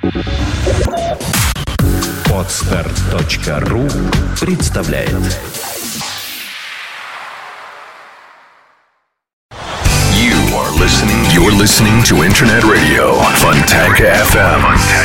Podster.ru представляет. You're listening to Internet Radio Fontanka FM.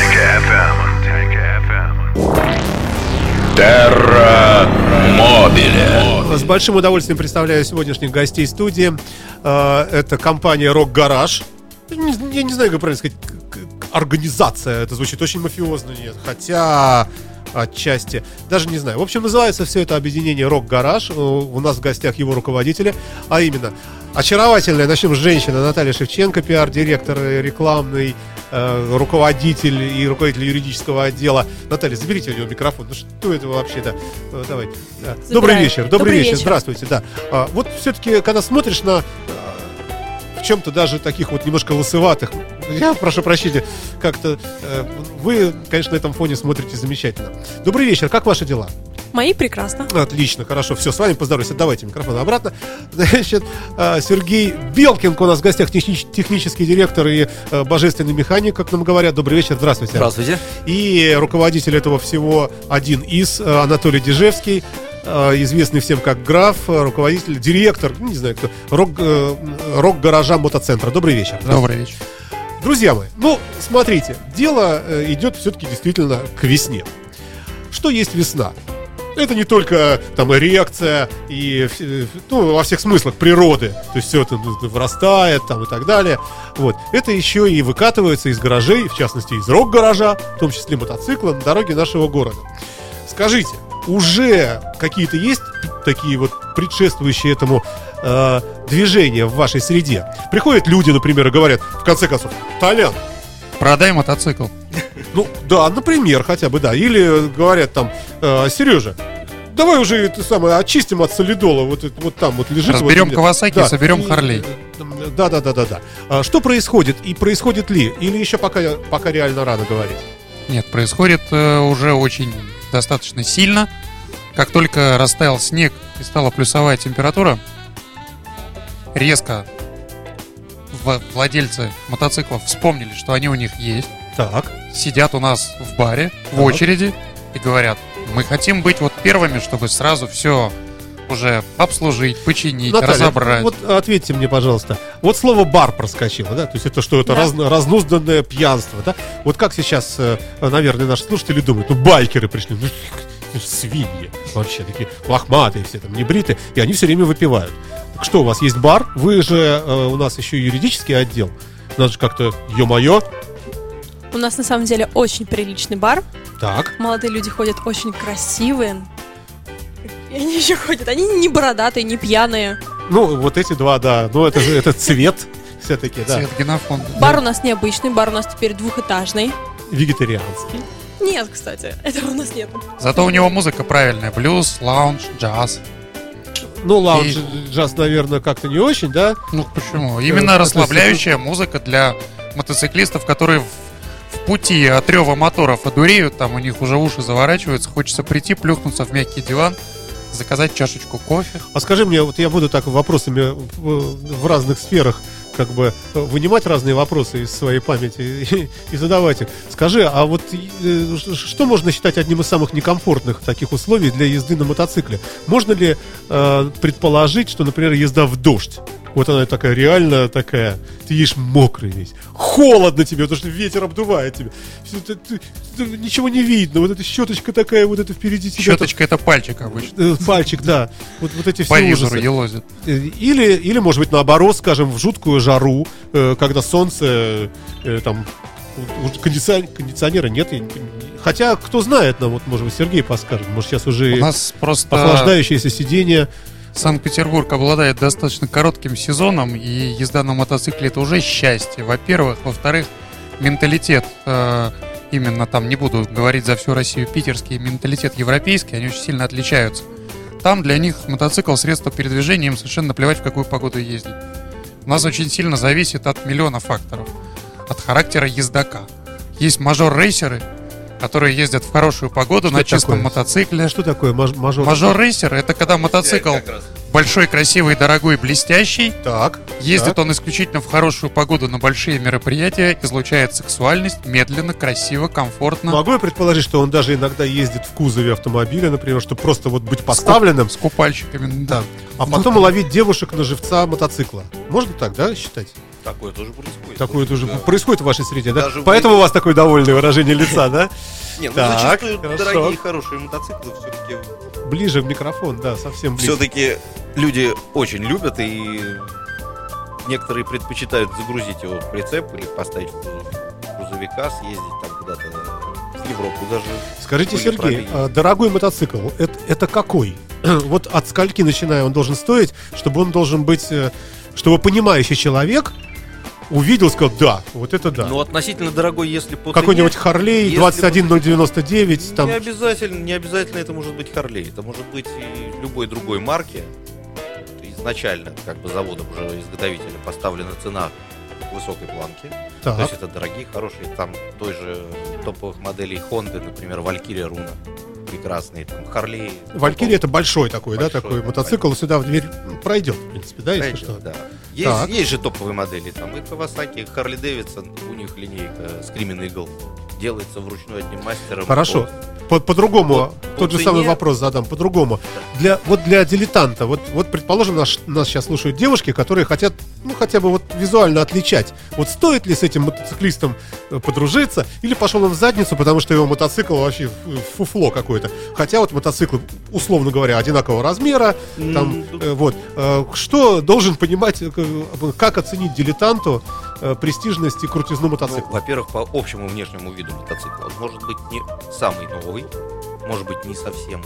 Terra Mobile. С большим удовольствием представляю сегодняшних гостей студии. Это компания Rock Garage. Я не знаю, как правильно сказать. Организация. Это звучит очень мафиозно, нет. Хотя отчасти. Даже не знаю. В общем, называется все это объединение Rock Garage. У нас в гостях его руководители. А именно очаровательная, начнем с женщины, Наталья Шевченко, пиар-директор, рекламный руководитель и руководитель юридического отдела. Наталья, заберите у него микрофон. Ну что это вообще-то? Давай. Добрый вечер. Добрый вечер. Здравствуйте. Да. Вот все-таки, когда смотришь на в чем-то даже таких вот немножко лысоватых, я прошу прощения, как-то вы, конечно, на этом фоне смотрите замечательно. Добрый вечер. Как ваши дела? Мои прекрасно. Отлично, хорошо. Все, с вами поздороваюсь. Давайте микрофон обратно. Значит, Сергей Белкин у нас в гостях, технический директор и божественный механик, как нам говорят. Добрый вечер. Здравствуйте. Здравствуйте. И руководитель этого всего один из, Анатолий Дежевский, известный всем как Граф, руководитель, директор, не знаю кто, рок-гаража мотоцентра. Добрый вечер. Добрый вечер. Друзья мои, ну, смотрите, дело идет все-таки действительно к весне. Что есть весна? Это не только там реакция и, ну, во всех смыслах природы, то есть все это вырастает там и так далее. Вот. Это еще и выкатывается из гаражей, в частности из рок-гаража, в том числе мотоцикла, на дороге нашего города. Скажите, уже какие-то есть такие вот предшествующие этому движения в вашей среде? Приходят люди, например, и говорят, в конце концов: Толян, продай мотоцикл. Ну, да, например, хотя бы, да. Или говорят там: Сережа, давай уже это самое очистим от солидола. Вот там вот лежит. Разберем вот, Кавасаки, да, соберем Харлей. Да. Что происходит? И происходит ли? Или еще пока реально рано говорить? Нет, происходит уже очень достаточно сильно. Как только растаял снег и стала плюсовая температура, резко владельцы мотоциклов вспомнили, что они у них есть. Так. Сидят у нас в баре, в очереди, и говорят: мы хотим быть вот первыми, чтобы сразу все уже обслужить, починить, Наталья, разобрать. Вот ответьте мне, пожалуйста. Вот слово бар проскочило, да? То есть это что? Это разнузданное пьянство, да? Вот как сейчас, наверное, наши слушатели думают: ну, байкеры пришли, ну, свиньи вообще такие лохматые все там, небритые, и они все время выпивают. Так что, у вас есть бар? Вы же у нас еще юридический отдел. Надо же как-то, ё-моё. У нас на самом деле очень приличный бар. Так. Молодые люди ходят очень красивые. И они еще ходят. Они не бородатые, не пьяные. Ну, вот эти два, да. Ну, это же это цвет все-таки, да. Цвет генофонда. Бар у нас необычный. Бар у нас теперь двухэтажный. Вегетарианский. Нет, кстати, этого у нас нет. Зато у него музыка правильная. Блюз, лаунж, джаз. Ну, лаунж, джаз, наверное, как-то не очень, да? Ну, почему? Именно расслабляющая музыка для мотоциклистов, которые в пути от рева моторов одуреют, там у них уже уши заворачиваются, хочется прийти, плюхнуться в мягкий диван, заказать чашечку кофе. А скажи мне, вот я буду так вопросами в разных сферах как бы вынимать разные вопросы из своей памяти и задавать их. Скажи, а вот что можно считать одним из самых некомфортных таких условий для езды на мотоцикле? Можно ли предположить, что, например, езда в дождь? Вот она такая, реально такая. Ты едешь мокрый весь. Холодно тебе, потому что ветер обдувает тебя. Ничего не видно. Вот эта щеточка такая, вот это впереди тебя. Щеточка — это пальчик обычно. Пальчик, да. Вот эти все по визору елозят. Или, может быть, наоборот, скажем, в жуткую жару, когда солнце, там, кондиционера нет. Хотя, кто знает, нам, вот, может быть, Сергей подскажет. Может, сейчас уже у нас просто охлаждающееся сиденье. Санкт-Петербург обладает достаточно коротким сезоном, и езда на мотоцикле — это уже счастье, во-первых. Во-вторых, менталитет, именно там, не буду говорить за всю Россию, питерский менталитет европейский, они очень сильно отличаются. Там для них мотоцикл — средство передвижения, им совершенно наплевать, в какую погоду ездить. У нас очень сильно зависит от миллиона факторов, от характера ездока. Есть мажор-рейсеры, которые ездят в хорошую погоду на чистом мотоцикле. Что такое мажор? Мажор-рейсер — это когда мотоцикл большой, красивый, дорогой, блестящий. Так. Ездит так. он исключительно в хорошую погоду на большие мероприятия, излучает сексуальность, медленно, красиво, комфортно. Могу я предположить, что он даже иногда ездит в кузове автомобиля, например, чтобы просто вот быть поставленным, С купальщиками. да, а потом ловить девушек на живца мотоцикла. Можно так, да, считать? Такое тоже происходит. Такое тоже Да. происходит в вашей среде, да? Даже Поэтому у вас такое довольное выражение лица, да? Нет, ну Так, зачастую хорошо. дорогие, хорошие мотоциклы все-таки Ближе в микрофон, да, совсем близко. все-таки люди очень любят, и некоторые предпочитают загрузить его в прицеп или поставить в кузов грузовика, съездить там куда-то в Европу даже. Скажите, были Сергей, пробеги. дорогой мотоцикл, это какой? Вот от скольки, начиная, он должен стоить, чтобы он должен быть, чтобы понимающий человек увидел, сказал, да, вот это да. Ну, относительно дорогой, если по Какой-нибудь цене, Харлей если 21099, там, Не обязательно это может быть Харлей, это может быть и любой другой марки. Изначально, как бы заводом уже изготовителя поставлена цена высокой планки. так. То есть это дорогие, хорошие, там той же топовых моделей Honda, например, Valkyria Runa, прекрасные, там Harley. Валькирия это большой такой, да, Большой, такой да, мотоцикл, сюда в дверь пройдет, в принципе, да, если что. Да. Так. Есть же топовые модели, там и Kawasaki, Harley Davidson, у них линейка Screaming Eagle делается вручную одним мастером. Хорошо. От- По-другому, по тот же цене- самый вопрос задам, по-другому. Для дилетанта, вот предположим, нас сейчас слушают девушки, которые хотят, ну, хотя бы вот визуально отличать. Вот стоит ли с этим мотоциклистом подружиться, или пошел он в задницу, потому что его мотоцикл вообще фуфло какое-то. Хотя вот мотоциклы, условно говоря, одинакового размера, там, вот. Что должен понимать, как оценить дилетанту престижность и крутизну Ну, мотоцикла? во-первых, по общему внешнему виду мотоцикла. Он может быть не самый новый, может быть не совсем уж...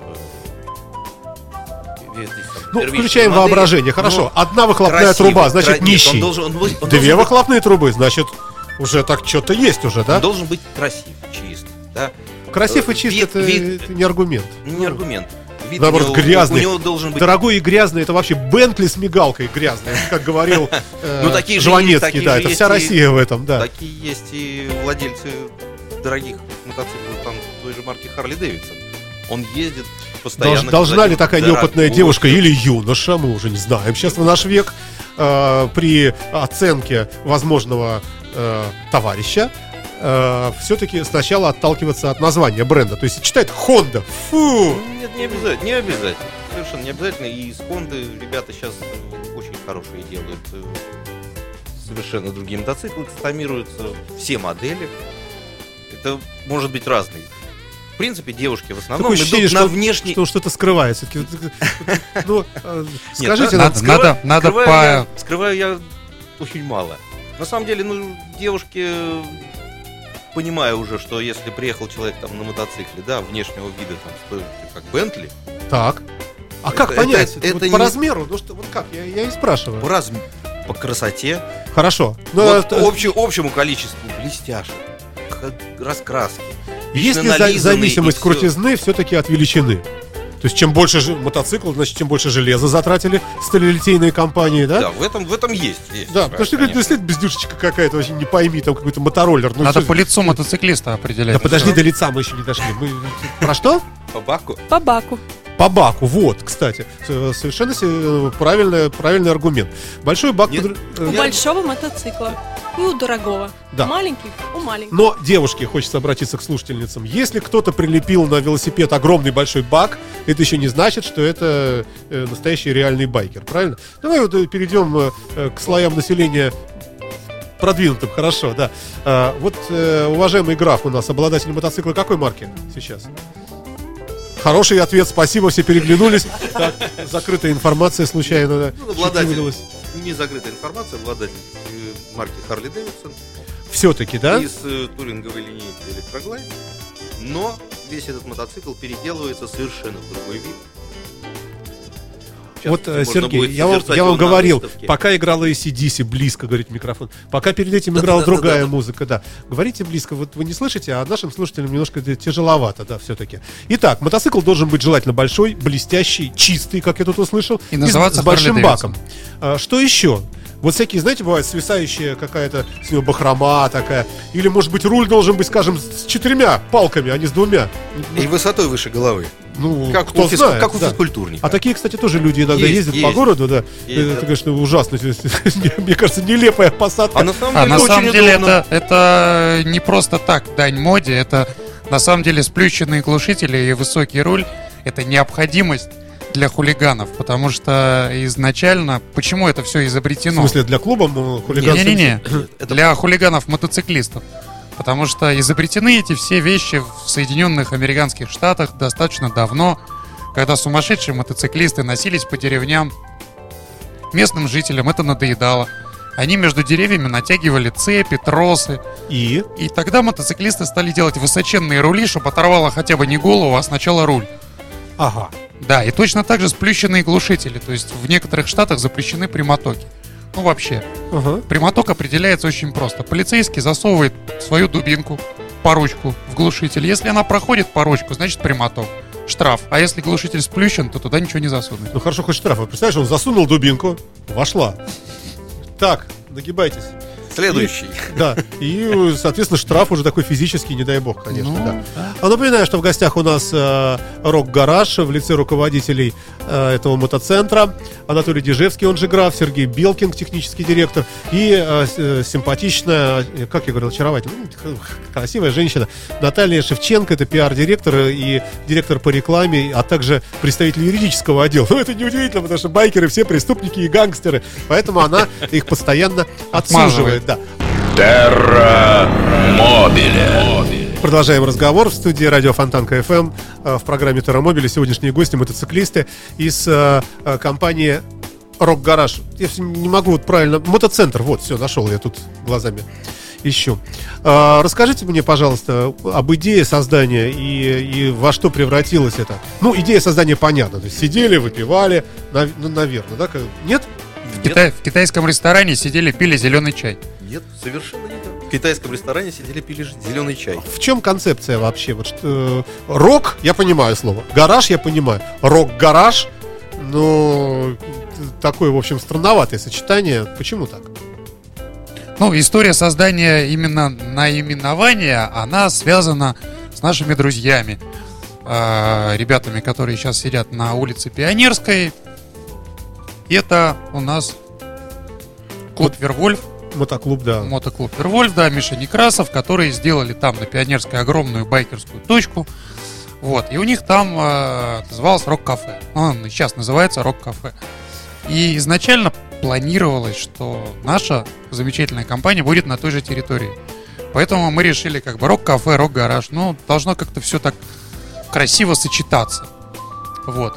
Ну, включаем воображение. Хорошо, одна выхлопная красивый, труба, значит, нет, нищий. он должен Две быть- выхлопные трубы, значит, уже так что-то есть уже, да? он должен быть красив, чист. Да? Красив и чист, вид- это вид- не аргумент. Не аргумент. Вид Наоборот, у него- грязный. У него должен быть... Дорогой и грязный, это вообще Бентли с мигалкой грязный, как говорил Ну, такие же Жванецкий, есть, такие да, же это есть вся и- Россия в этом, да. Такие есть и владельцы дорогих мотоциклов, там, той же марки Harley Davidson. Он ездит постоянно... Должна ли такая неопытная дорогой. девушка или юноша, мы уже не знаем, сейчас в наш век, при оценке возможного товарища, все-таки сначала отталкиваться от названия бренда. То есть читает Honda, фу! Нет, не обязательно, не обязательно. Совершенно не обязательно. И из Honda ребята сейчас очень хорошие делают совершенно другие мотоциклы, кастомируются все модели. Это может быть разный. В принципе, девушки в основном Такое ощущение, идут на внешний... что что-то скрывается. Ну, скажите Нет, нам, Надо скрываю я очень мало. На самом деле, ну, девушки, понимая уже, что если приехал человек там на мотоцикле, да, внешнего вида там стоит как Бентли, так. А Это- как понять? это Вот не- по размеру? Ну что, вот как? Я и спрашиваю. по красоте, Хорошо. Ну, вот это- общему количеству блестяшек, раскраски. есть ли вечно нализанный зависимость и всё. крутизны все-таки от величины? То есть, чем больше мотоцикл, значит, тем больше железа затратили сталелитейные компании, да? Да, в этом есть. Да, потому что, говорит, конечно. если бездюшечка какая-то, вообще не пойми, там какой-то мотороллер. Ну, Надо что- по лицу мотоциклиста определять. Да подожди, до лица мы еще не дошли. Про что? По баку. По баку. По баку, вот, кстати. Совершенно правильный аргумент. Большой бак... Нет. У большого мотоцикла. И у дорогого. Да. Маленький у маленького. Но, девушке, хочется обратиться к слушательницам. Если кто-то прилепил на велосипед огромный большой бак, это еще не значит, что это настоящий реальный байкер, правильно? Давай вот перейдем к слоям населения продвинутым, хорошо, да. Вот, уважаемый граф у нас, обладатель мотоцикла какой марки сейчас? Хороший ответ, спасибо, все переглянулись. Так, закрытая информация случайно, да, Ну, чуть обладатель. не выдалась. Не закрытая информация, обладатель марки Harley Davidson Все-таки, да? из туринговой линейки Electroglide. Но весь этот мотоцикл переделывается совершенно в другой вид. В Вот, частности, можно Сергей, будет я вам созерцать его на говорил, выставке. пока играла AC/DC, близко, говорит микрофон, пока перед этим играла Да-да-да-да-да. другая музыка, да. Говорите близко, вот вы не слышите, а нашим слушателям немножко тяжеловато, да, все-таки. Итак, мотоцикл должен быть желательно большой, блестящий, чистый, как я тут услышал, И называться с большим Harley баком. Что еще? Вот всякие, знаете, бывает свисающая какая-то с него бахрома такая. Или, может быть, руль должен быть, скажем, с 4 палками, а не с 2. И высотой выше головы. Ну, Как кто знает, как у да. физкультурника. А такие, кстати, тоже люди иногда Есть, ездят по есть. городу, да. Есть, Это, да. конечно, ужасно. Мне кажется, нелепая посадка. А на самом А деле, на самом очень деле удобно. это не просто так дань моде, это на самом деле сплющенные глушители и высокий руль — это необходимость для хулиганов, потому что изначально, почему это все В изобретено? смысле, для клуба хулиганства? Не-не-не, Это- для хулиганов-мотоциклистов. Потому что изобретены эти все вещи в Соединенных Американских Штатах достаточно давно, когда сумасшедшие мотоциклисты носились по деревням. Местным жителям это надоедало. Они между деревьями натягивали цепи, тросы. И? И тогда мотоциклисты стали делать высоченные рули, чтобы оторвало хотя бы не голову, а сначала руль. Ага. Да, и точно так же сплющенные глушители. То есть в некоторых штатах запрещены прямотоки. Ну вообще. Ага. Прямоток определяется очень просто. Полицейский засовывает свою дубинку по ручку в глушитель. Если она проходит по ручку, значит прямоток. Штраф. А если глушитель сплющен, то туда ничего не засунуть. Ну хорошо, хоть штраф. Представляешь, он засунул дубинку, вошла. Так, нагибайтесь. Следующий. Да, и, соответственно, штраф уже такой физический, не дай бог, конечно, Ну, да. А напоминаю, что в гостях у нас Рок-гараж в лице руководителей этого мотоцентра. Анатолий Дежевский, он же граф, Сергей Белкин, технический директор, и симпатичная, как я говорил, очаровательная, красивая женщина Наталья Шевченко, это пиар-директор и директор по рекламе, а также представитель юридического отдела. Ну, это неудивительно, потому что байкеры все преступники и гангстеры, поэтому она их постоянно отсуживает. Да. Терра Мобиле. Продолжаем разговор в студии радио Фонтанка FM в программе Терромобили. Сегодняшние гости — мотоциклисты из компании Рок-гараж. Я все не могу вот правильно... Мотоцентр, вот, все, нашел я тут глазами. Ищу. Расскажите мне, пожалуйста, об идее создания и во что превратилось это. Ну, идея создания понятна. То есть сидели, выпивали, ну, наверное, да? Нет? В китайском ресторане сидели, пили зеленый чай. Нет, совершенно не так. В китайском ресторане сидели, пили зеленый чай. В чем концепция вообще? Вот что, рок, я понимаю слово. Гараж, я понимаю. Рок-гараж, ну, такое, в общем, странноватое сочетание. Почему так? Ну, история создания именно наименования, она связана с нашими друзьями. Ребятами, которые сейчас сидят на улице Пионерской. Это у нас клуб Вервольф. Мотоклуб, да. Мотоклуб Вервольф, да, Миша Некрасов, которые сделали там на Пионерской огромную байкерскую точку. Вот, и у них там называлось Рок-кафе. Он сейчас называется Рок-кафе. И изначально планировалось, что наша замечательная компания будет на той же территории. Поэтому мы решили как бы Рок-кафе, Рок-гараж. Ну, должно как-то все так красиво сочетаться. Вот.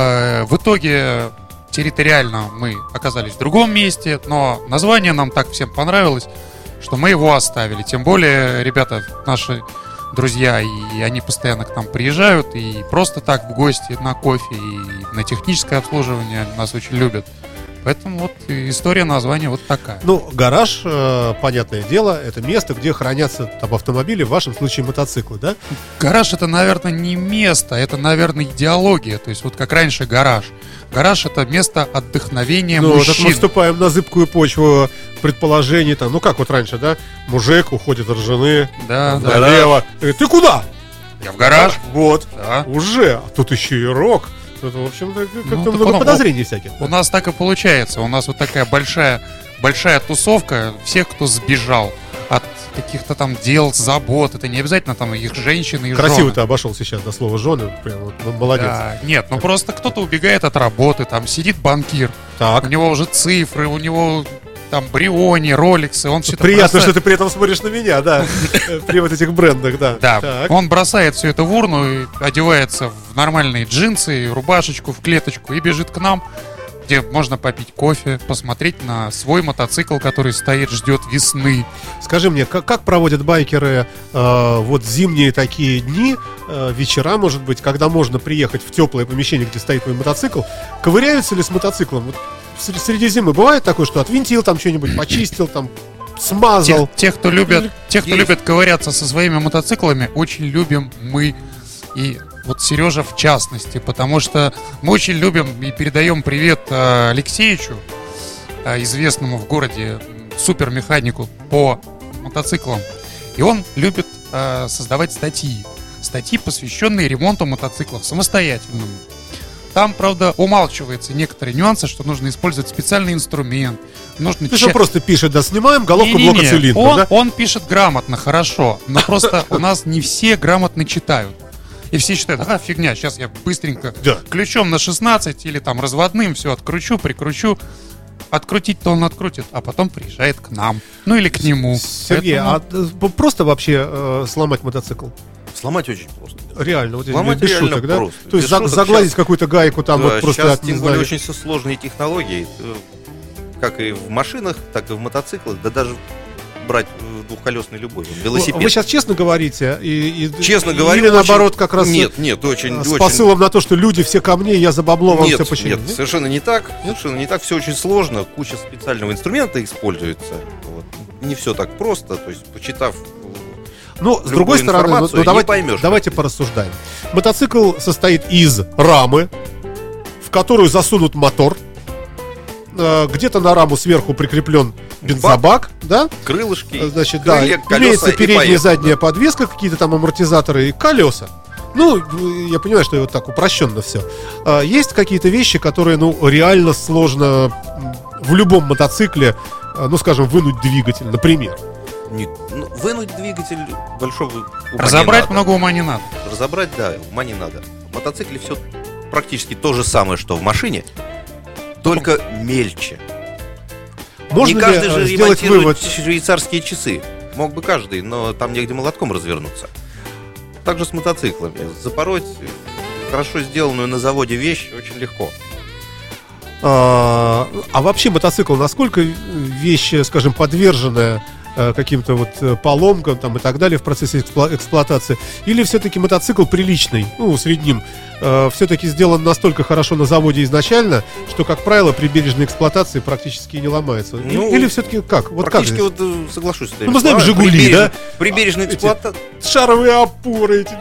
В итоге территориально мы оказались в другом месте, но название нам так всем понравилось, что мы его оставили. Тем более, ребята, наши друзья, и они постоянно к нам приезжают, и просто так в гости на кофе, и на техническое обслуживание нас очень любят. Поэтому вот история названия вот такая. Ну, гараж, понятное дело, это место, где хранятся там автомобили, в вашем случае мотоциклы, да? Гараж — это, наверное, не место, это, наверное, идеология. То есть вот как раньше гараж. Гараж — это место отдохновения Ну, так мы мужчин. вступаем на зыбкую почву предположений, там, ну как вот раньше, да? Мужик уходит от жены, Да, да. налево. Ты куда? Я в гараж. Вот, Да. уже. А тут еще и рок. Тут, в общем-то, как-то Ну, так много он- подозрений всяких. У нас так и получается. У нас вот такая большая тусовка всех, кто сбежал от каких-то там дел, забот. Это не обязательно там их женщины и Красиво жены. ты обошел сейчас до слова жены. Прям вот, молодец. Да. Нет, ну просто кто-то убегает от работы, там сидит банкир, у Так. него уже цифры, у него там Бриони, Роликсы, он все это Приятно, бросает. что ты при этом смотришь на меня, да. При вот этих брендах, да. Да, Так. он бросает все это в урну и одевается в нормальные джинсы, рубашечку, в клеточку и бежит к нам, где можно попить кофе, посмотреть на свой мотоцикл, который стоит, ждет весны. Скажи мне, как проводят байкеры вот зимние такие дни, вечера, может быть, когда можно приехать в теплое помещение, где стоит твой мотоцикл? Ковыряются ли с мотоциклом? Вот среди зимы бывает такое, что отвинтил там что-нибудь, почистил, там смазал? Тех, кто любит ковыряться со своими мотоциклами, очень любим мы. И вот Сережа в частности, потому что мы очень любим и передаем привет Алексеевичу, известному в городе супермеханику по мотоциклам. И он любит создавать статьи. статьи, посвященные ремонту мотоциклов самостоятельному. Там, правда, умалчиваются некоторые нюансы, что нужно использовать специальный инструмент. Нужно То есть он просто пишет, да, снимаем головку Не-не-не, блока цилиндра, да? он пишет грамотно, хорошо, но просто у нас не все грамотно читают. И все считают, фигня, сейчас я быстренько Да. ключом на 16 или там разводным все откручу, прикручу. Открутить-то он открутит, а потом приезжает к нам. Ну или к нему. Сергей, Поэтому- просто вообще сломать мотоцикл? Сломать очень просто. Реально, вот Сломать без реально шуток, да? просто. То есть Без шуток загладить щас- какую-то гайку там Да, вот просто сейчас, от, не тем более, знаю. очень все сложные технологии, как и в машинах, так и в мотоциклах, да даже брать двухколесный любой велосипед. Вы сейчас честно говорите? Честно или говорю, или очень- наоборот как раз Нет, с очень... посылом на то, что люди все ко мне, я за бабло вам Нет, все починю? нет, совершенно не так. Совершенно не так. Все очень сложно. Куча специального инструмента используется. Вот. Не все так просто. То есть, почитав Ну, с любую другой стороны, информацию, не поймешь, давайте как порассуждаем. Мотоцикл состоит из рамы, в которую засунут мотор. Где-то на раму сверху прикреплен бензобак, да? крылышки, Значит, крылья, да, колеса имеется и передняя и поехали. задняя подвеска, какие-то там амортизаторы и колеса. Ну, я понимаю, что вот так упрощенно все. Есть какие-то вещи, которые, реально сложно в любом мотоцикле, скажем, вынуть двигатель, например. Вынуть двигатель большого ума не Разобрать надо. много ума не надо. Разобрать, да, ума не надо. В мотоцикле все практически то же самое, что в машине, только мельче. Можно Не каждый ли же сделать ремонтирует вывод? швейцарские часы. Мог бы каждый, но там негде молотком развернуться. Так же с мотоциклами. Запороть хорошо сделанную на заводе вещь очень легко. А вообще мотоцикл, насколько вещь, скажем, подверженная каким-то вот поломкам там и так далее в процессе эксплуатации, или все-таки мотоцикл приличный, средним, все-таки сделан настолько хорошо на заводе изначально, что, как правило, при бережной эксплуатации практически не ломается. Или все-таки как? Вот как Практически здесь? соглашусь с тобой. Мы знаем «Жигули», да? При бережной Эти эксплуатации. Шаровые опоры эти.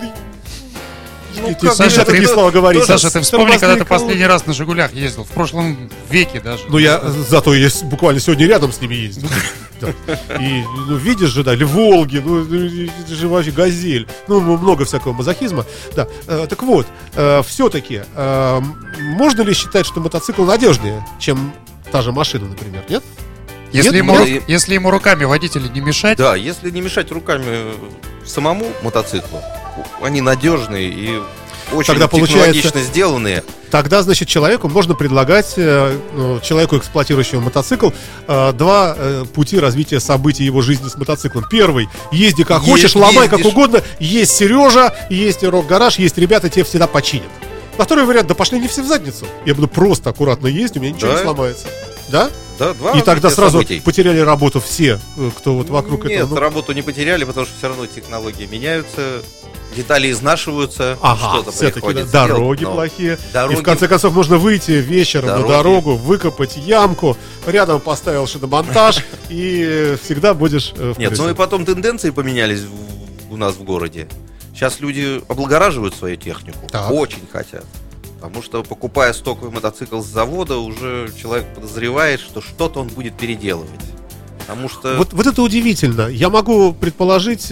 Ты, Саша, Нельзя такие слова говорить. Саша, ты вспомни, когда ты Тормозные последний раз на «Жигулях» ездил. В прошлом веке даже. Я зато я буквально сегодня рядом с ними ездил. Да. И видишь же, да, или «Волги», это же вообще «Газель». Много всякого мазохизма. Да. Так вот, все-таки можно ли считать, что мотоцикл надежнее, чем та же машина, например, нет? Если, Нет? если ему руками водителю не мешать, Да, если не мешать руками самому мотоциклу, они надежные и очень Тогда получается- технологично сделанные. Тогда, значит, человеку можно предлагать, человеку, эксплуатирующему мотоцикл, два пути развития событий его жизни с мотоциклом. Первый — езди как хочешь, ломай как ездишь. угодно. Есть Сережа, есть Рок-гараж, есть ребята, тебе всегда починят. А второй вариант: да пошли не все в задницу. Я буду просто аккуратно ездить, у меня ничего Да. не сломается. Да? Да, два И тогда развития сразу событий. потеряли работу все, кто вот вокруг Нет, этого. работу не потеряли, потому что все равно технологии меняются, детали изнашиваются, Ага, что-то все-таки приходится дороги делать, но плохие. дороги- И в конце концов можно выйти вечером на Дороги. дорогу, выкопать ямку, рядом поставил шиномонтаж, и всегда будешь в Нет, плюсе. и потом тенденции поменялись у нас в городе. Сейчас люди облагораживают свою технику, Так. очень хотят. Потому что, покупая стоковый мотоцикл с завода, уже человек подозревает, что что-то он будет переделывать. Потому что... Вот это удивительно. Я могу предположить,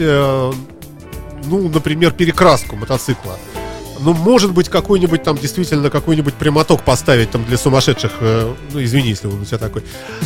например, перекраску мотоцикла. Может быть, какой-нибудь там действительно какой-нибудь прямоток поставить там для сумасшедших. Извини, если он у тебя такой.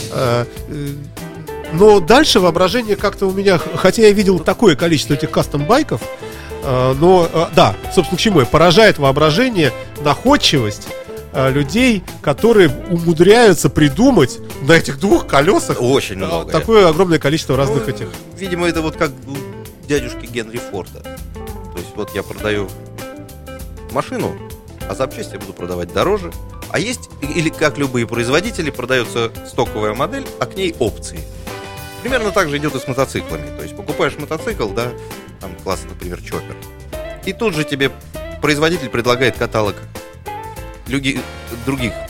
Но дальше воображение как-то у меня, хотя я видел такое количество этих кастом-байков, да, собственно, к чему я? Поражает воображение, находчивость людей, которые умудряются придумать на этих двух колесах Очень много. такое огромное количество разных этих. Видимо, это вот как у дядюшки Генри Форда. То есть вот я продаю машину, а запчасти я буду продавать дороже. А есть, или как любые производители, продается стоковая модель, а к ней опции. Примерно так же идет и с мотоциклами. То есть покупаешь мотоцикл, да, там класса, например, Чоппер. И тут же тебе производитель предлагает каталог других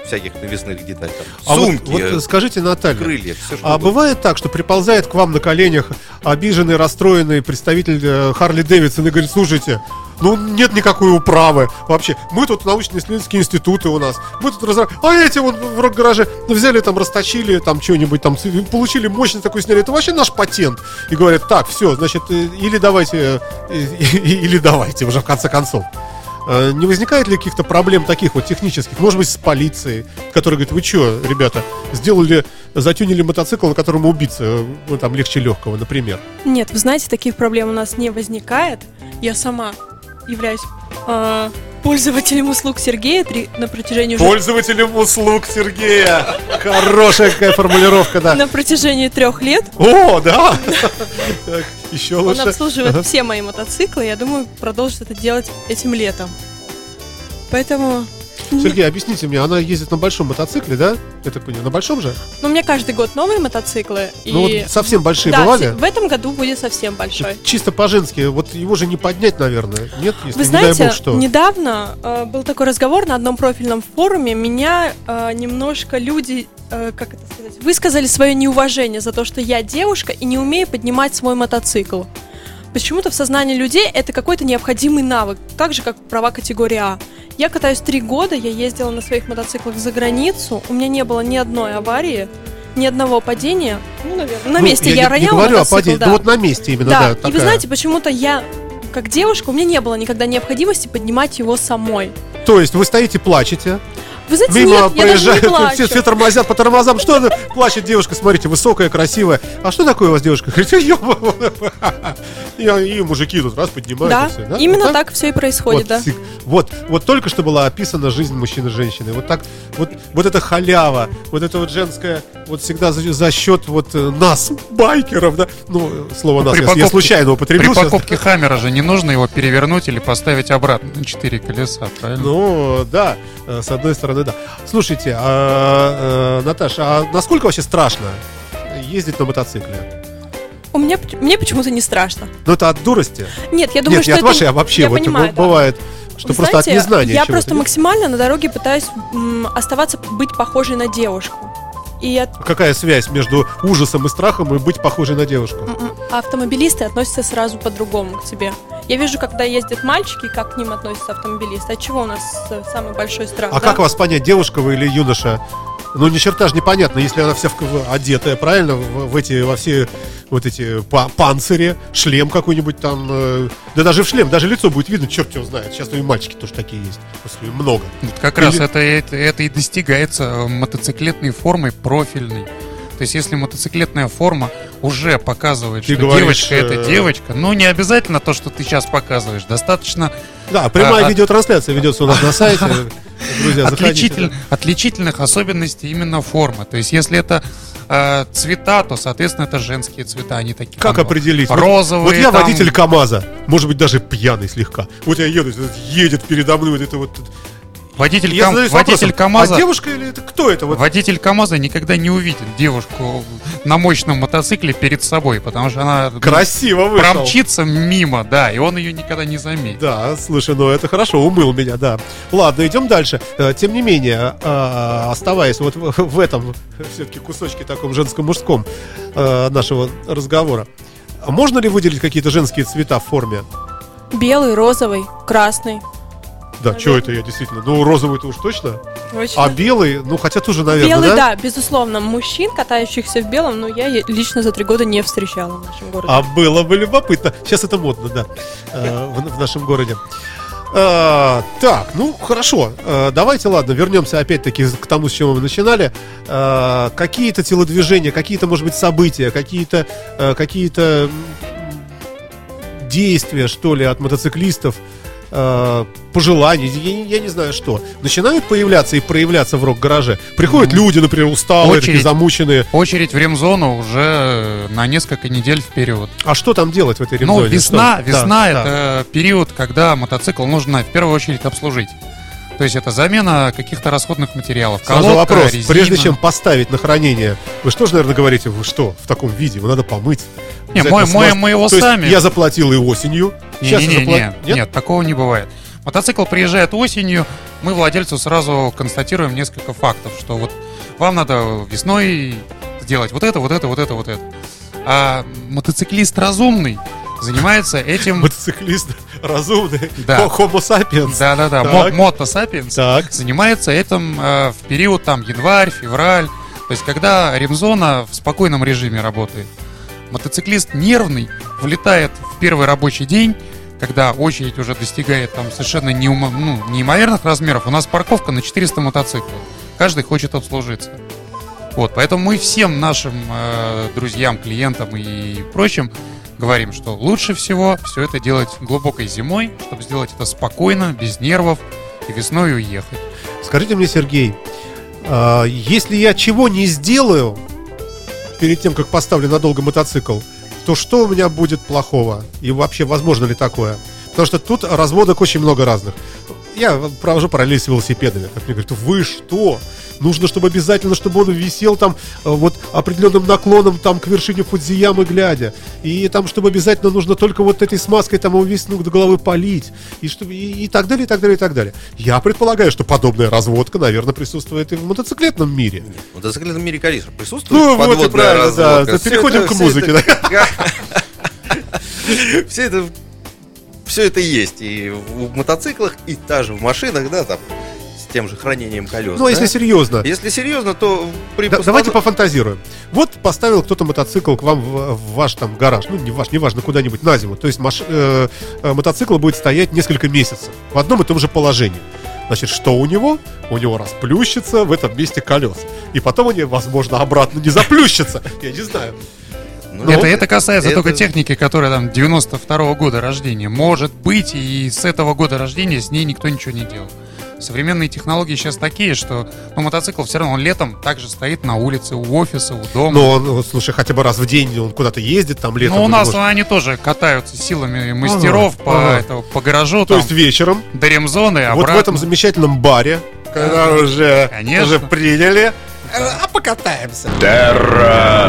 всяких навесных деталей. Там, А сумки, вот скажите, Наталья, крылья, все что а угодно. бывает так, что приползает к вам на коленях обиженный, расстроенный представитель Харли Дэвидсон и говорит: слушайте, ну нет никакой управы вообще. Мы тут научно-исследовательские институты у нас. Мы тут а эти вот в рок-гараже взяли там, расточили там что-нибудь там, получили мощность такую, сняли. Это вообще наш патент. И говорят: так, все, значит, или давайте уже в конце концов. Не возникает ли каких-то проблем таких вот технических, может быть, с полицией, которая говорит: вы что, ребята, затюнили мотоцикл, на котором убиться, ну, там, легче легкого, например? Нет, вы знаете, таких проблем у нас не возникает. Я сама являюсь пользователем услуг Сергея на протяжении уже... Пользователем услуг Сергея. Хорошая какая формулировка, да. На протяжении 3 лет. О, да. Еще лучше. Он обслуживает все мои мотоциклы. Я думаю, продолжит это делать этим летом. Поэтому... Сергей, объясните мне, она ездит на большом мотоцикле, да? Я так понимаю, на большом же? Ну, у меня каждый год новые мотоциклы. Ну, вот совсем большие да, бывали? в этом году будет совсем большой. Чисто по-женски, вот его же не поднять, наверное, нет? Если, Вы не дай знаете, бог, что. недавно был такой разговор на одном профильном форуме. Меня немножко люди, как это сказать, высказали свое неуважение за то, что я девушка и не умею поднимать свой мотоцикл. Почему-то в сознании людей это какой-то необходимый навык, так же, как права категории А. Я катаюсь 3 года, я ездила на своих мотоциклах за границу, у меня не было ни одной аварии, ни одного падения. Ну, наверное, на месте я роняла не говорю мотоцикл, о падении, да. да вот на месте именно, Да, да. и такая. вы знаете, почему-то я, как девушка, у меня не было никогда необходимости поднимать его самой. То есть вы стоите, плачете, Вы знаете, мимо нет, я даже не проезжают, плачу. все тормозят по тормозам. Что она плачет девушка, смотрите, высокая, красивая. А что такое у вас девушка? Говорит: и мужики тут раз поднимают. Да, и все, да? именно Вот так все и происходит, да. Вот только что была описана жизнь мужчины и женщины. Вот так, вот эта халява, вот это вот женская, вот всегда за счет вот нас, байкеров, да. Ну, слово нас, я случайно употребил. При покупке Хаммера же не нужно его перевернуть или поставить обратно на 4 колеса, правильно? Ну, да, с одной стороны, да. Слушайте, Наташа, а насколько вообще страшно ездить на мотоцикле? Мне почему-то не страшно. Ну, это от дурости? Нет, я думаю, Нет, что не от это... вашей, а вообще. Я Вот понимаю, да. бывает, что Вы просто знаете, от незнания я чего-то, просто нет? максимально на дороге пытаюсь оставаться, быть похожей на девушку. И Какая связь между ужасом и страхом и быть похожей на девушку? автомобилисты относятся сразу по-другому к тебе. Я вижу, когда ездят мальчики, как к ним относятся автомобилисты. От чего у нас самый большой страх? А да? как вас понять, девушка вы или юноша? Ну, ни черта же непонятно, если она вся одетая, правильно, во все вот эти панцири, шлем какой-нибудь там, да даже в шлем, даже лицо будет видно, черт его знает. Сейчас и мальчики тоже такие есть, после много. Вот как раз это и достигается мотоциклетной формой профильной. То есть, если мотоциклетная форма уже показывает, Ты что говоришь, девочка это девочка, ну не обязательно то, что ты сейчас показываешь. Достаточно Да, прямая видеотрансляция ведется у нас на сайте. Друзья, заходите. отличительных особенностей именно формы. То есть, если это цвета, то, соответственно, это женские цвета, они такие. Как там, определить? розовые. Вот я там, водитель КамАЗа, может быть, даже пьяный слегка. Вот я еду, едет передо мной вот это вот. Водитель, Я задаюсь водитель вопросом, КамАЗа. А девушка или это кто это? Вот? Водитель КамАЗа никогда не увидит девушку на мощном мотоцикле перед собой, потому что она Красиво вышел. промчится мимо, да, и он ее никогда не заметит. Да, слушай, ну это хорошо, умыл меня, да. Ладно, идем дальше. Тем не менее, оставаясь вот в этом все-таки кусочке таком женско-мужском нашего разговора, можно ли выделить какие-то женские цвета в форме? Белый, розовый, красный. Да, что это я действительно? Ну, розовый-то уж точно. Точно. А белый, ну, хотя тоже, наверное, Белый, да? да, безусловно. Мужчин, катающихся в белом, но я лично за 3 года не встречала в нашем городе. А было бы любопытно. Сейчас это модно, да, в нашем городе. Так, ну, хорошо. Давайте, ладно, вернемся опять-таки к тому, с чего мы начинали. Какие-то телодвижения, какие-то, может быть, события, какие-то действия, что ли, от мотоциклистов, пожеланий, я не знаю что, начинают появляться и проявляться в рок-гараже. Приходят люди, например, усталые, такие замученные. Очередь в ремзону уже на несколько недель вперед. А что там делать в этой ремзоне? Ну, весна Да. это период, когда мотоцикл нужно в первую очередь обслужить. То есть это замена каких-то расходных материалов. Сразу Колодка, вопрос, резина. прежде чем поставить на хранение, вы что же, наверное, говорите, вы что, в таком виде, его надо помыть? Не, Обязательно мы его То есть сами. я заплатил и осенью. Сейчас я Нет, такого не бывает. Мотоцикл приезжает осенью, мы владельцу сразу констатируем несколько фактов, что вот вам надо весной сделать вот это. А мотоциклист разумный занимается этим... Мотоциклист разумный, Да. Homo sapiens. Да, Так. Мото Сапиенс Так. занимается этим в период там январь, февраль. То есть когда ремзона в спокойном режиме работает. Мотоциклист нервный влетает в первый рабочий день, когда очередь уже достигает там совершенно неимоверных размеров. У нас парковка на 400 мотоциклов. Каждый хочет обслужиться. Вот, поэтому мы всем нашим друзьям, клиентам и прочим говорим, что лучше всего все это делать глубокой зимой, чтобы сделать это спокойно, без нервов, и весной уехать. Скажите мне, Сергей, если я чего не сделаю перед тем, как поставлю надолго мотоцикл, то что у меня будет плохого? И вообще, возможно ли такое? Потому что тут разводок очень много разных. Я провожу параллель с велосипедами. Как мне говорят, вы что? Нужно, чтобы обязательно, чтобы он висел там вот определенным наклоном там к вершине Фудзиямы глядя. И там, чтобы обязательно нужно только вот этой смазкой там его весь до головы полить. И, чтобы, и так далее, и так далее, и так далее. Я предполагаю, что подобная разводка, наверное, присутствует и в мотоциклетном мире. В мотоциклетном мире, конечно, присутствует Ну, вот и подводная правильно, да. разводка. Переходим к музыке. Да. Все это есть и в мотоциклах, и даже в машинах, да, там, с тем же хранением колес. Ну, да? если серьезно. Если серьезно, то при Давайте пофантазируем. Вот поставил кто-то мотоцикл к вам в ваш там гараж. Ну, неважно, куда-нибудь на зиму. То есть мотоцикл будет стоять несколько месяцев в одном и том же положении. Значит, что у него? У него расплющится в этом месте колеса. И потом они, возможно, обратно не заплющатся. Я не знаю. Ну, Это касается это- только техники, которая там 92-го года рождения. Может быть, и с этого года рождения с ней никто ничего не делал. Современные технологии сейчас такие, что мотоцикл все равно он летом также стоит на улице, у офиса, у дома. Но он, вот, слушай, хотя бы раз в день он куда-то ездит, там летом. Но у он нас может- они тоже катаются силами мастеров по гаражу, То там, есть вечером, до ремзоны, вот обратно. в этом замечательном баре, когда уже приняли, а покатаемся. Terra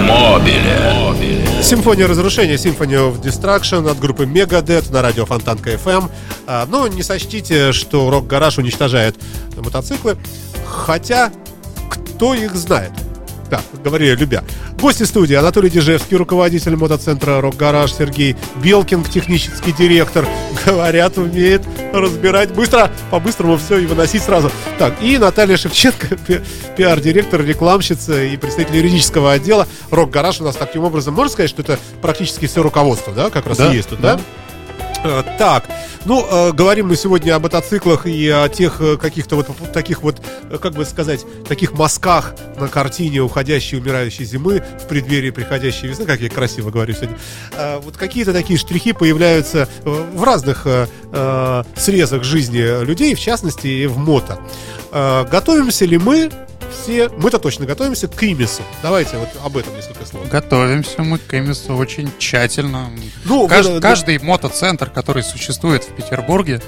Mobile. Симфония разрушения, Symphony of Destruction от группы Megadeth на радио Фонтанка FM. Но не сочтите, что Рок-гараж уничтожает мотоциклы, хотя кто их знает. Так, говорю, любя. Гости студии: Анатолий Дежевский, руководитель мотоцентра «Рок-гараж», Сергей Белкин, технический директор. Говорят, умеет разбирать быстро, по-быстрому все и выносить сразу. Так, и Наталья Шевченко, пиар-директор, рекламщица и представитель юридического отдела. «Рок-гараж» у нас таким образом, можно сказать, что это практически все руководство, да, как раз и есть тут, да? Так, говорим мы сегодня о мотоциклах и о тех каких-то вот таких вот, как бы сказать, таких мазках на картине уходящей, умирающей зимы в преддверии приходящей весны, как я красиво говорю сегодня. Вот какие-то такие штрихи появляются в разных срезах жизни людей, в частности и в мото. Готовимся ли мы-то точно готовимся к Имису. Давайте вот об этом несколько слов. Готовимся мы к Имису очень тщательно. Ну, Каждый мотоцентр, который существует в Петербурге,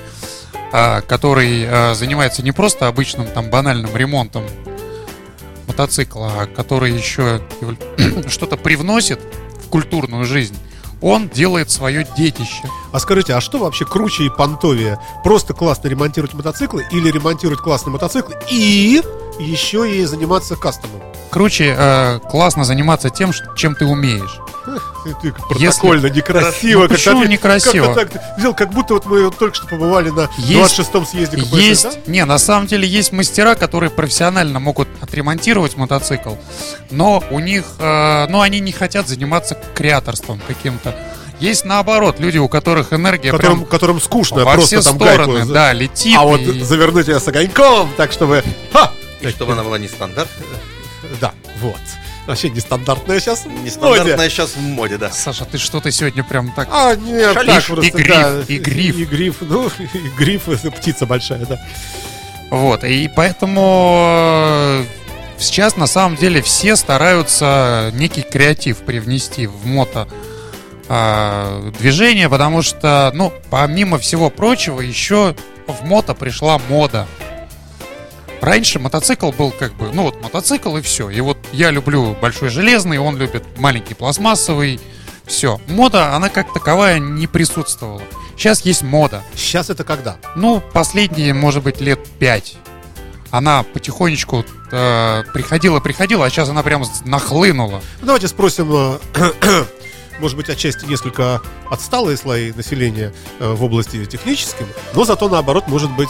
который занимается не просто обычным там банальным ремонтом мотоцикла, а который еще что-то привносит в культурную жизнь, он делает свое детище. А скажите, а что вообще круче и понтовее? Просто классно ремонтировать мотоциклы или ремонтировать классные мотоциклы и еще и заниматься кастомом? Круче классно заниматься тем, чем ты умеешь. Ты протокольно, некрасиво. Ну, почему некрасиво? Как-то так взял, как будто вот мы только что побывали на 26-м съезде КПСС, есть, да? не, на самом деле есть мастера, которые профессионально могут отремонтировать мотоцикл, но у них, они не хотят заниматься креаторством каким-то. Есть наоборот люди, у которых энергия Которым скучно, во просто все там стороны, гайку. да, летит. А вот завернуть ее с огоньком, так чтобы... И чтобы она была нестандартная. Да, вот. Вообще нестандартная сейчас. Нестандартная сейчас в моде, да. Саша, ты что-то сегодня прям так... Нет, Шалишь. так просто, И гриф, да. и гриф. И гриф, и гриф, это птица большая, да. Вот, и поэтому сейчас на самом деле все стараются некий креатив привнести в мото движение, потому что, помимо всего прочего, еще в мото пришла мода. Раньше мотоцикл был мотоцикл и все. И вот я люблю большой железный, он любит маленький пластмассовый. Все. Мода, она как таковая не присутствовала. Сейчас есть мода. Сейчас это когда? Ну, последние, может быть, лет 5. Она потихонечку приходила, а сейчас она прям нахлынула. Ну, давайте спросим, может быть, отчасти несколько отсталые слои населения в области технической, но зато, наоборот, может быть,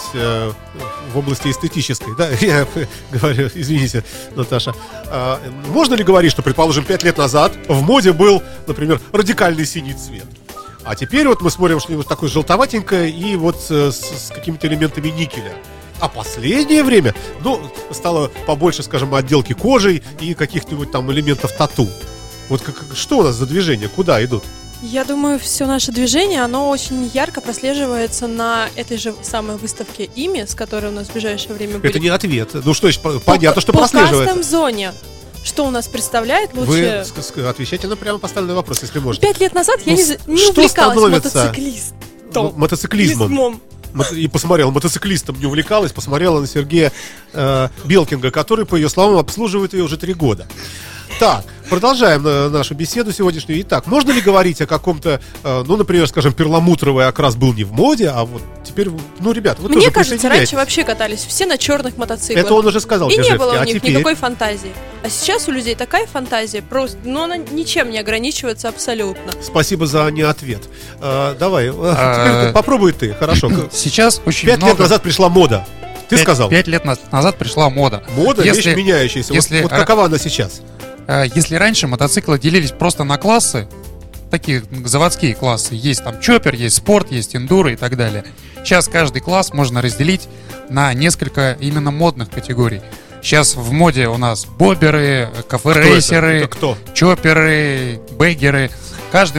в области эстетической. Да, я говорю, извините, Наташа. Можно ли говорить, что, предположим, 5 лет назад в моде был, например, радикальный синий цвет? А теперь вот мы смотрим что-нибудь такое желтоватенькое и вот с какими-то элементами никеля. А последнее время, ну, стало побольше, скажем, отделки кожей и каких-нибудь там элементов тату. Вот что у нас за движение? Куда идут? Я думаю, все наше движение, оно очень ярко прослеживается на этой же самой выставке ИМИ, с которой у нас в ближайшее время будет. Это не ответ. Ну что, понятно, что прослеживается. По кастом-зоне. Что у нас представляет лучше? Вы отвечайте на прямо поставленный вопрос, если можете. 5 лет назад я не что увлекалась становится мотоциклизмом. И посмотрела, мотоциклистом не увлекалась, посмотрела на Сергея Белкинга, который, по ее словам, обслуживает ее уже 3 года. Так, продолжаем нашу беседу сегодняшнюю. Итак, можно ли говорить о каком-то, ну, например, скажем, перламутровый окрас был не в моде, а вот теперь, ну, ребят, вы Мне тоже кажется, присоединяйтесь. раньше вообще катались все на черных мотоциклах. Это он уже сказал, и Бежевский. не было у А них теперь? никакой фантазии. А сейчас у людей такая фантазия, просто, ну, она ничем не ограничивается абсолютно. Спасибо за неответ. Давай, теперь попробуй ты, хорошо. Сейчас очень 5 много... лет назад пришла мода. Ты сказал. 5 лет назад пришла мода. Мода, вещь меняющаяся. Вот какова она сейчас? Если раньше мотоциклы делились просто на классы, такие заводские классы, есть там чоппер, есть спорт, есть эндуро и так далее. Сейчас каждый класс можно разделить на несколько именно модных категорий. Сейчас в моде у нас боберы, кафе-рейсеры, чопперы, бэггеры. Каждый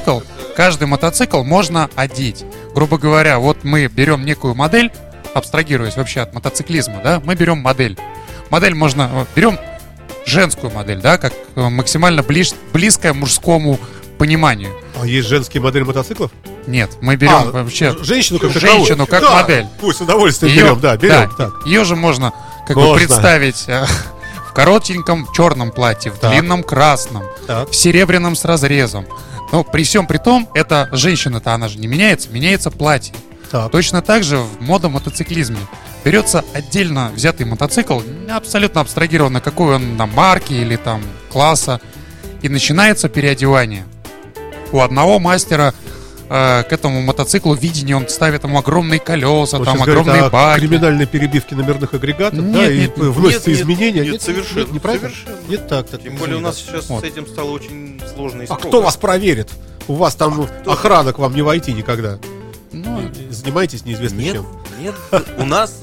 мотоцикл можно одеть. Грубо говоря, вот мы берем некую модель, абстрагируясь вообще от мотоциклизма, да, мы берем модель. Берем женскую модель, да, как максимально близкая мужскому пониманию. А есть женские модели мотоциклов? Нет, мы берем вообще женщину как модель. Пусть с удовольствием берем, берем. Да, ее же можно представить в коротеньком черном платье, в длинном красном, в серебряном с разрезом. Но при всем при том, эта женщина-то, она же не меняется платье. Так. Точно так же в мотоциклизме. Берется отдельно взятый мотоцикл, абсолютно абстрагированно, какой он там марки или там класса, и начинается переодевание. У одного мастера к этому мотоциклу видение, он ставит ему огромные колеса, там огромные баки. Криминальной перебивки номерных агрегатов, нет, и вносятся изменения. Нет, совершенно. Неправильно? Нет, так. Тем более у нас сейчас с этим стало очень сложно и строго. А кто вас проверит? У вас там охрана к вам не войти никогда. Занимаетесь неизвестно чем. Нет, у нас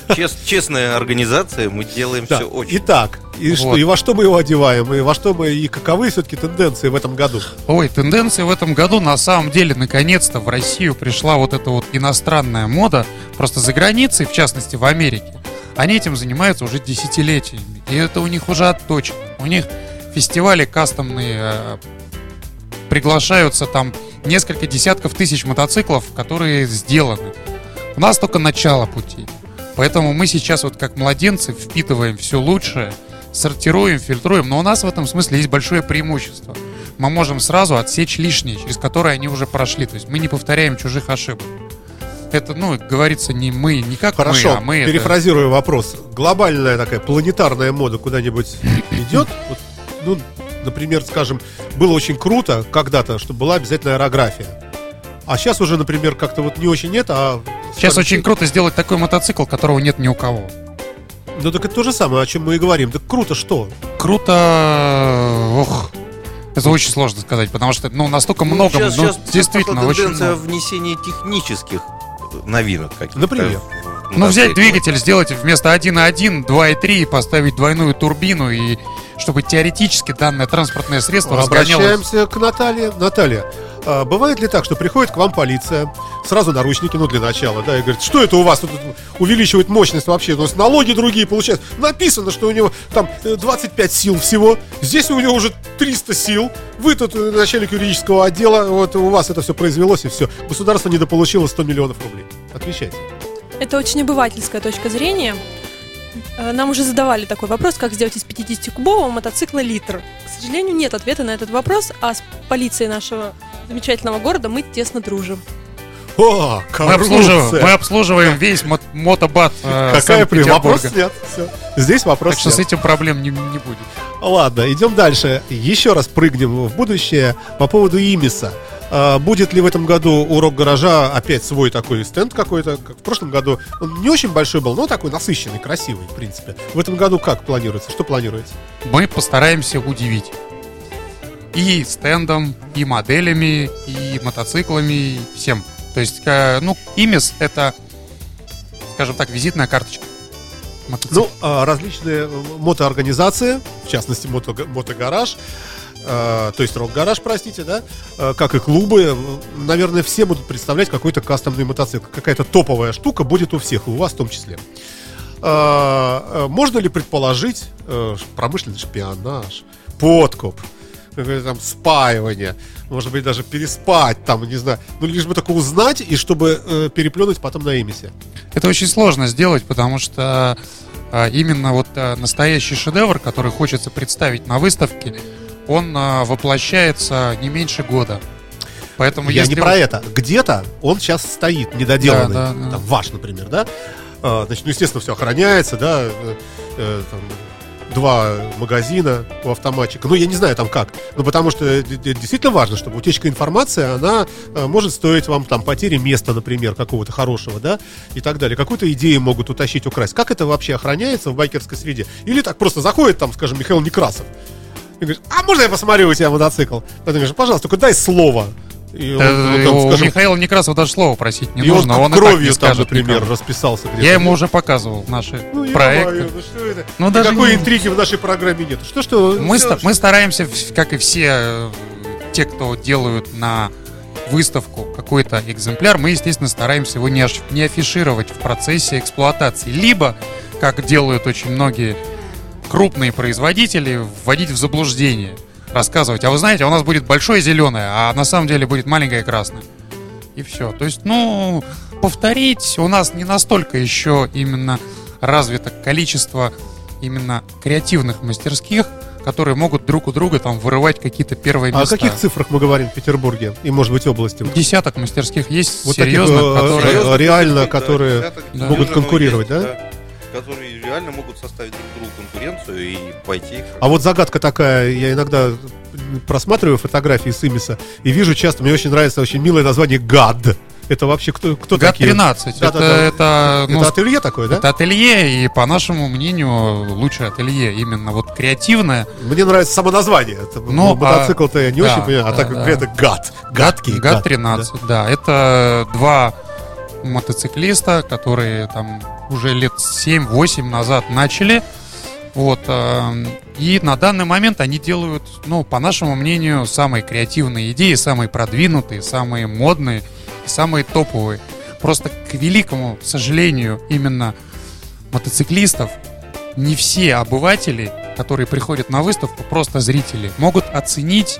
честная организация, мы делаем все очень. Итак, и во что мы его одеваем, и каковы все-таки тенденции в этом году? Ой, тенденции в этом году, на самом деле, наконец-то в Россию пришла вот эта вот иностранная мода, просто за границей, в частности в Америке. Они этим занимаются уже десятилетиями, и это у них уже отточено. У них фестивали кастомные, приглашаются там несколько десятков тысяч мотоциклов, которые сделаны. У нас только начало пути. Поэтому мы сейчас вот как младенцы впитываем все лучшее, сортируем, фильтруем. Но у нас в этом смысле есть большое преимущество. Мы можем сразу отсечь лишнее, через которое они уже прошли. То есть мы не повторяем чужих ошибок. Это, говорится, не мы, не как Хорошо, мы, а мы. Перефразирую вопрос. Глобальная такая планетарная мода куда-нибудь идет? Например, скажем, было очень круто когда-то, чтобы была обязательно аэрография. А сейчас уже, например, как-то вот не очень нет, а... Сейчас очень круто сделать такой мотоцикл, которого нет ни у кого. Ну так это то же самое, о чем мы и говорим. Так круто что? Круто... Это очень сложно сказать, потому что, настолько много, сейчас действительно очень тенденция много. внесения технических новинок каких-то. Например? Взять двигатель, сделать вместо 1.1 2.3 и поставить двойную турбину, и чтобы теоретически данное транспортное средство разгонялось. Обращаемся к Наталье. Наталья, бывает ли так, что приходит к вам полиция, сразу наручники, для начала, и говорит, что это у вас тут увеличивает мощность вообще, налоги другие получают. Написано, что у него там 25 сил всего, здесь у него уже 300 сил, вы тут начальник юридического отдела, вот у вас это все произвелось и все. Государство недополучило 100 миллионов рублей. Отвечайте. Это очень обывательская точка зрения. Нам уже задавали такой вопрос, как сделать из 50-кубового мотоцикла литр. К сожалению, нет ответа на этот вопрос, а с полицией нашего замечательного города мы тесно дружим. О, Мы обслуживаем весь мотобат Какая вопрос нет. Все. Здесь вопрос Так что с этим проблем не будет. Ладно, идем дальше. Еще раз прыгнем в будущее по поводу Имиса. Будет ли в этом году у Рок-гаража опять свой такой стенд какой-то, как в прошлом году? Он не очень большой был, но такой насыщенный, красивый, в принципе. В этом году как планируется? Что планируется? Мы постараемся удивить. И стендом, и моделями, и мотоциклами, и всем. То есть, Имис — это, скажем так, визитная карточка. Ну, различные мотоорганизации, в частности, Мотогараж, то есть Рок-гараж, простите, да, как и клубы, наверное, все будут представлять какой-то кастомный мотоцикл. Какая-то топовая штука будет у всех, и у вас в том числе. Можно ли предположить промышленный шпионаж, подкуп, там, спаивание, может быть, даже переспать, там, не знаю, ну, лишь бы только узнать, и чтобы переплюнуть потом на Имисе? Это очень сложно сделать, потому что именно вот настоящий шедевр, который хочется представить на выставке, он воплощается не меньше года. Поэтому я не про это. Где-то он сейчас стоит недоделанный. Да. Там, ваш, например, да? Значит, ну, естественно, все охраняется, да? Там 2 магазина у автоматчика. Ну, я не знаю там как. Ну, потому что действительно важно, чтобы утечка информации, она может стоить вам там потери места, например, какого-то хорошего, да? И так далее. Какую-то идею могут утащить, украсть. Как это вообще охраняется в байкерской среде? Или так просто заходит там, скажем, Михаил Некрасов и говорит: а можно я посмотрю у тебя мотоцикл? А ты говоришь: пожалуйста, только дай слово. И он, у Михаила Некрасова даже слова просить не и нужно. Он кровью там, например, расписался где-то. Я ему уже показывал наши проекты. Никакой интриги в нашей программе нет. Мы стараемся, как и все те, кто делают на выставку какой-то экземпляр, мы, естественно, стараемся его не афишировать в процессе эксплуатации. Либо, как делают очень многие крупные производители, вводить в заблуждение, рассказывать: а вы знаете, у нас будет большое зеленое, а на самом деле будет маленькое красное. И все. То есть, повторить, у нас не настолько еще именно развито количество именно креативных мастерских, которые могут друг у друга там вырывать какие-то первые места. О каких цифрах мы говорим в Петербурге и, может быть, области? Десяток мастерских есть, вот серьезных, которые реально, которые могут конкурировать, да? Которые реально могут составить друг другу конкуренцию и пойти. А вот загадка такая, я иногда просматриваю фотографии с Имиса и вижу часто, мне очень нравится очень милое название ГАД. Это вообще кто такие? ГАД-13. Это ателье такое, да? Это ателье, и, по нашему мнению, лучшее ателье. Именно вот креативное. Мне нравится само название. Мотоцикл-то я не очень понимаю, а так это ГАД. ГАД-13, да. Это 2 мотоциклиста, которые там уже лет 7-8 назад начали. Вот. И на данный момент они делают, по нашему мнению, самые креативные идеи, самые продвинутые, самые модные, самые топовые. Просто, к великому сожалению, именно мотоциклистов не все обыватели, которые приходят на выставку, просто зрители, могут оценить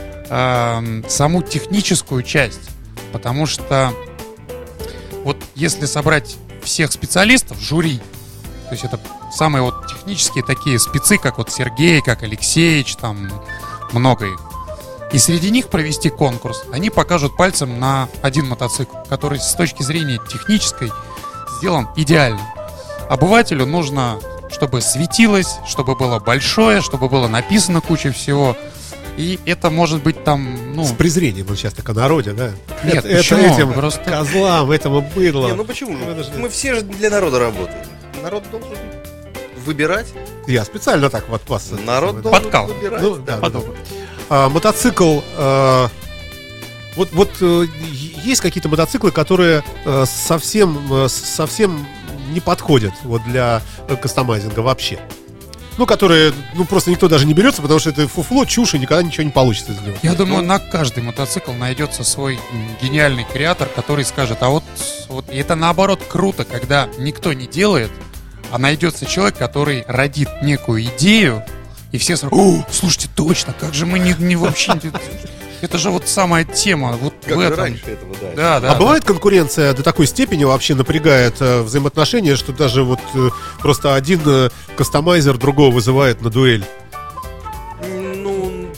саму техническую часть. Потому что вот если собрать всех специалистов, жюри, то есть это самые вот технические такие спецы, как вот Сергей, как Алексеич, там много их, и среди них провести конкурс, они покажут пальцем на один мотоцикл, который с точки зрения технической сделан идеально. Обывателю нужно, чтобы светилось, чтобы было большое, чтобы было написано куча всего. И это может быть там, с презрением он сейчас так о народе, да? Нет, это этим просто козлам, этому быдлу. Не, почему же? Мы все же для народа работаем. Народ должен выбирать. Я специально так вот вас... Народ должен выбирать. Мотоцикл... Вот есть какие-то мотоциклы, которые совсем не подходят вот для кастомайзинга вообще. Которые, просто никто даже не берется, потому что это фуфло, чушь, и никогда ничего не получится из него. Я думаю, на каждый мотоцикл найдется свой гениальный креатор, который скажет: а вот это наоборот круто, когда никто не делает, а найдется человек, который родит некую идею, и все сразу: о, слушайте, точно, как же мы не вообще... Это же вот самая тема. Вот как в этом. Раньше этого, да. Бывает конкуренция до такой степени вообще напрягает взаимоотношения, что даже вот просто один кастомайзер другого вызывает на дуэль?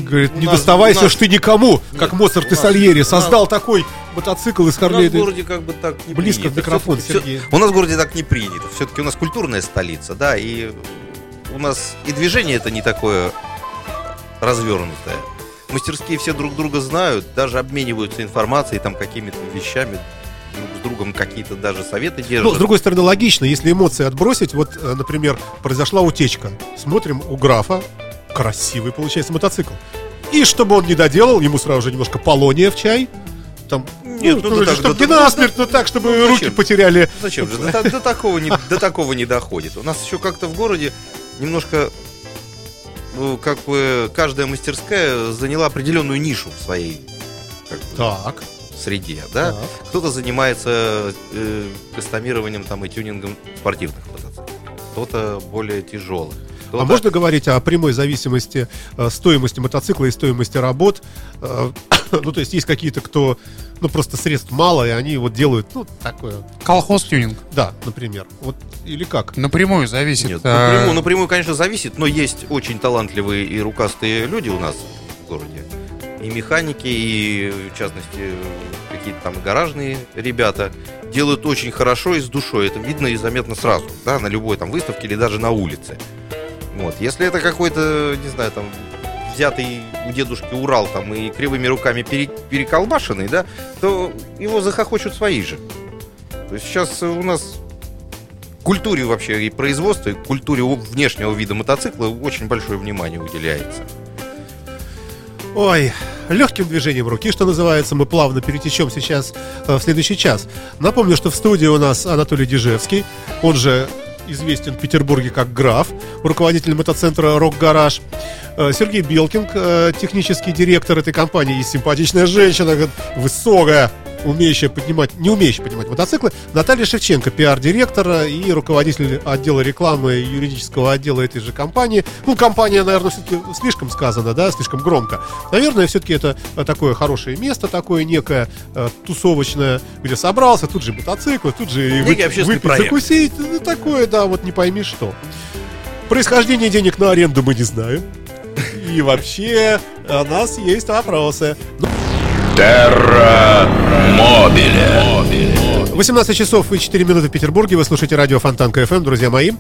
говорит, не у нас- доставайся у нас- ж ты никому, Нет, как Моцарт у и нас- Сальери. у нас- Создал такой мотоцикл из У Харлей. нас в городе как бы так не Близко принято. в микрофон, Всё-таки Сергей. у нас в городе так не принято. Все-таки у нас культурная столица, да, и у нас и движение это не такое развернутое. Мастерские все друг друга знают, даже обмениваются информацией, там какими-то вещами, друг с другом какие-то даже советы держат. Ну, с другой стороны, логично, если эмоции отбросить. Вот, например, произошла утечка. Смотрим, у графа красивый получается мотоцикл. И чтобы он не доделал, ему сразу же немножко полония в чай. Там, Нет, ну, да так, чтобы да, не да, насмерть, но так, чтобы ну, руки зачем? потеряли. Зачем же? До такого не доходит. У нас еще как-то в городе немножко, как бы, каждая мастерская заняла определенную нишу в своей как бы, Так, среде, да? так. Кто-то занимается кастомированием там и тюнингом спортивных мотоциклов, кто-то более тяжелых. А можно говорить о прямой зависимости стоимости мотоцикла и стоимости работ? Ну, то есть есть какие-то, кто, ну, просто средств мало, и они вот делают, ну, такое. Колхоз-тюнинг. Да, например. Вот, или как? Напрямую зависит. Нет, напрямую, конечно, зависит, но есть очень талантливые и рукастые люди у нас в городе. И механики, и, в частности, какие-то там гаражные ребята делают очень хорошо и с душой. Это видно и заметно сразу, да, на любой там выставке или даже на улице. Вот. Если это какой-то, не знаю, там, взятый у дедушки Урал там и кривыми руками переколбашенный, да, то его захохочут свои же. То есть сейчас у нас культуре вообще и производству, и культуре внешнего вида мотоцикла очень большое внимание уделяется. Ой, легким движением руки, что называется, мы плавно перетечем сейчас в следующий час. Напомню, что в студии у нас Анатолий Дежевский, он же известен в Петербурге как Граф, руководитель мотоцентра «Рок Гараж». Сергей Белкинг, технический директор этой компании, и симпатичная женщина, высокая, не умеющая поднимать мотоциклы. Наталья Шевченко, пиар-директор и руководитель отдела рекламы и юридического отдела этой же компании. Ну, компания, наверное, все-таки слишком сказано, да, слишком громко. Наверное, все-таки это такое хорошее место, такое некое тусовочное, где собрался, тут же мотоцикл, тут же и Некий общественный выпить, проект. закусить, ну, такое, да, вот не пойми что. Происхождение денег на аренду мы не знаем. И вообще, у нас есть вопросы. Терра Мобиле. 18 часов и 4 минуты в Петербурге. Вы слушаете радио Фонтан КФМ, друзья мои.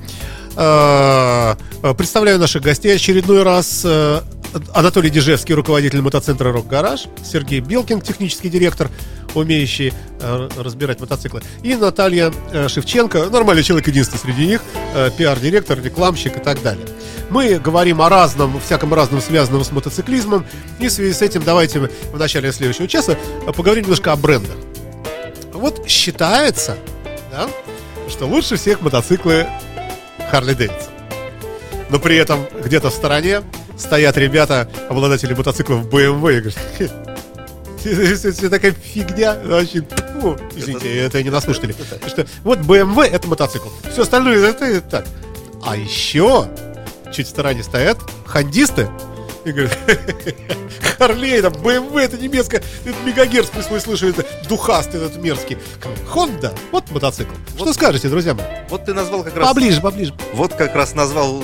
Представляю наших гостей очередной раз. Анатолий Дежевский, руководитель мотоцентра «Рок Гараж», Сергей Белкинг, технический директор, умеющий разбирать мотоциклы, и Наталья Шевченко, нормальный человек, единственный среди них, пиар-директор, рекламщик и так далее. Мы говорим о разном, всяком разном, связанном с мотоциклизмом, и в связи с этим давайте мы в начале следующего часа поговорим немножко о брендах. Вот считается, да, что лучше всех мотоциклы Harley Davidson. Но при этом где-то в стороне стоят ребята, обладатели мотоциклов BMW, и говорят: это такая фигня. Вообще, ну, извините, это не наслушатели. Потому что вот BMW это мотоцикл. Все остальное это так. А еще чуть в стороне стоят хандисты и говорят: Харлей, там, BMW, это немецкая, это мегагерц, мы слышали, это духастый, этот мерзкий. Honda, вот мотоцикл. Что скажете, друзья мои? Вот ты назвал как раз... Поближе. Вот как раз назвал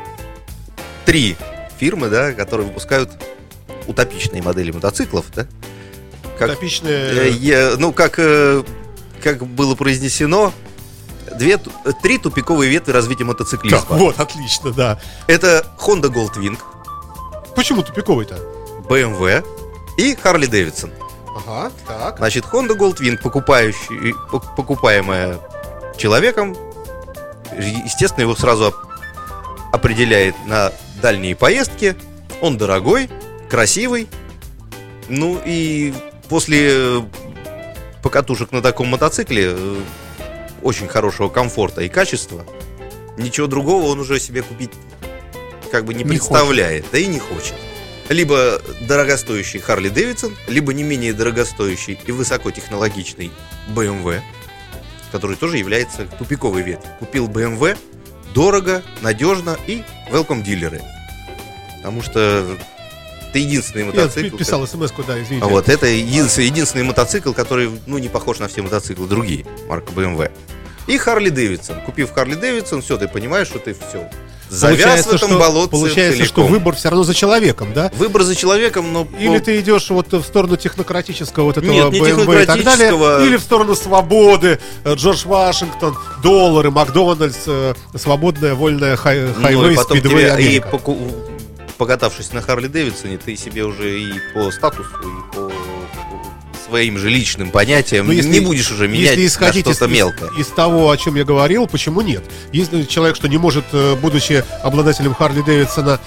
3 фирмы, да, которые выпускают утопичные модели мотоциклов, да? Утопичные... Как было произнесено, 3 тупиковые ветви развития мотоциклизма. Так, вот, отлично, да. Это Honda Goldwing, Почему тупиковый-то? BMW и Harley Davidson. Ага, так. Значит, Honda Goldwing, покупаемая человеком, естественно, его сразу определяет на дальние поездки. Он дорогой, красивый. Ну и после покатушек на таком мотоцикле, очень хорошего комфорта и качества, ничего другого он уже себе купить как бы не представляет, да и не хочет. Либо дорогостоящий Harley Davidson, либо не менее дорогостоящий и высокотехнологичный BMW, который тоже является тупиковой ветвью. Купил BMW, дорого, надежно и welcome дилеры. Потому что это единственный мотоцикл. Я писал смс-ку, да, извините. А вот это единственный мотоцикл, который, ну, не похож на все мотоциклы другие, марка BMW. И Harley Davidson. Купив Harley Davidson, все, ты понимаешь, что ты все. Завяз в этом болотце Получается, целиком. что выбор все равно за человеком, да? Выбор за человеком, но... Или ты идешь вот в сторону технократического вот этого Нет, не BMW и так далее, технократического. или в сторону свободы, Джордж Вашингтон, доллары, Макдональдс, свободная, вольная Ну, и хайвей, потом спидвей, тебе, и Америка. покатавшись на Харли Дэвидсоне, ты себе уже и по статусу, и по своим же личным понятиям Ну, если- не будешь уже менять Если на исходить что-то мелкое. из того, о чем я говорил, почему нет? Если человек, что не может, будучи обладателем Харли Дэвидсона,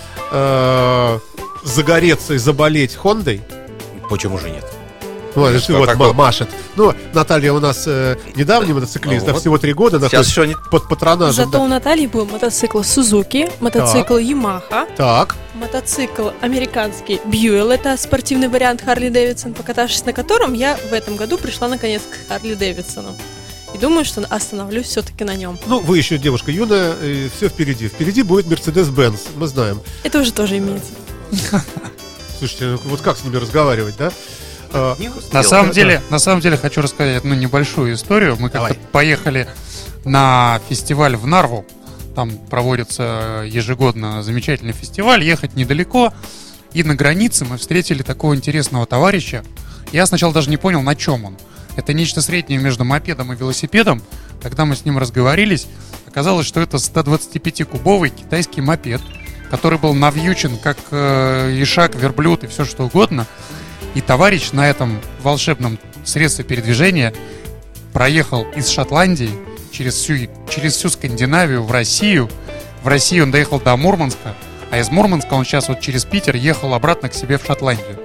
загореться и заболеть Хондой, Почему же нет? вот, что вот такое? машет. Ну, Наталья у нас недавний мотоциклист, Ну да, вот. всего 3 года Сейчас находится еще не... под патронажем. Зато да. у Натальи был мотоцикл Suzuki, мотоцикл Yamaha, Так, мотоцикл американский Buell, это спортивный вариант Харли Дэвидсон, покатавшись на котором я в этом году пришла наконец к Харли Дэвидсону. И думаю, что остановлюсь все-таки на нем. ну, вы еще девушка юная, и все впереди. Впереди будет Mercedes-Benz, мы знаем. Это уже тоже имеется. Слушайте, вот как с ними разговаривать, да? не На успел. самом деле хочу рассказать одну небольшую историю. Мы как-то Давай. поехали на фестиваль в Нарву. Там проводится ежегодно замечательный фестиваль. Ехать недалеко. И на границе мы встретили такого интересного товарища. Я сначала даже не понял, на чем он. Это нечто среднее между мопедом и велосипедом. Когда мы с ним разговорились, оказалось, что это 125-кубовый китайский мопед, который был навьючен как ишак, верблюд и все что угодно. И товарищ на этом волшебном средстве передвижения проехал из Шотландии через всю Скандинавию в Россию. В России он доехал до Мурманска, а из Мурманска он сейчас вот через Питер ехал обратно к себе в Шотландию.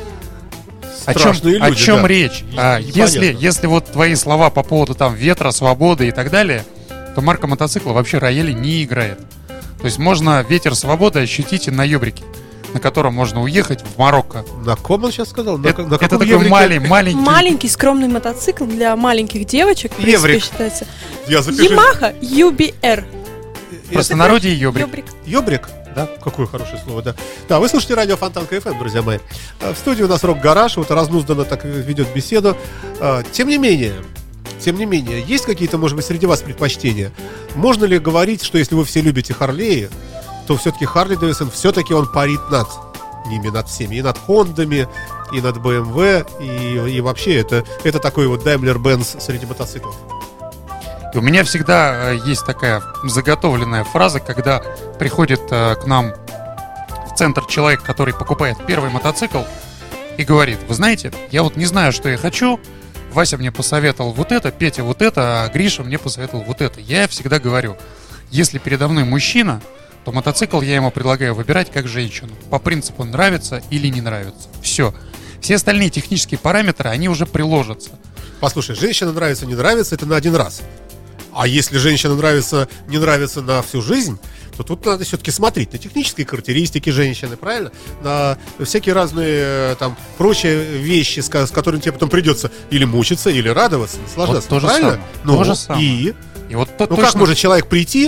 Страшные О люди, чем да. речь? Непонятно. Если вот твои слова по поводу там ветра, свободы и так далее, то марка мотоцикла вообще рояли не играет. То есть можно ветер свободы ощутить и на ёбрике, на котором можно уехать в Марокко. На ком он сейчас сказал? На Это каком такой еврике? маленький. Маленький скромный мотоцикл для маленьких девочек, в принципе, Еврик. считается. Я запишу. Yamaha UBR. В простонародье ёбрик. Ёбрик. Ёбрик? Да, какое хорошее слово, да. Да, вы слушаете радио Фонтанка ФМ, друзья мои. В студии у нас Рок-гараж, вот разнузданно так ведет беседу. Тем не менее, есть какие-то, может быть, среди вас предпочтения? Можно ли говорить, что если вы все любите Харлеи, то все-таки Харли Дэвидсон, все-таки он парит над ними, над всеми, и над Хондами, и над BMW, и вообще это такой вот Daimler-Benz среди мотоциклов. И у меня всегда есть такая заготовленная фраза, когда приходит к нам в центр человек, который покупает первый мотоцикл и говорит: вы знаете, я вот не знаю, что я хочу, Вася мне посоветовал вот это, Петя вот это, а Гриша мне посоветовал вот это. Я всегда говорю, если передо мной мужчина, то мотоцикл я ему предлагаю выбирать как женщину. По принципу нравится или не нравится. Все. Все остальные технические параметры, они уже приложатся. Послушай, женщина нравится, не нравится, это на один раз. А если женщина нравится, не нравится на всю жизнь, то тут надо все-таки смотреть на технические характеристики женщины, правильно? На всякие разные там прочие вещи, с которыми тебе потом придется или мучиться, или радоваться, наслаждаться. Вот то же правильно? самое. Ну, То же самое. и И вот то ну как точно- может человек прийти,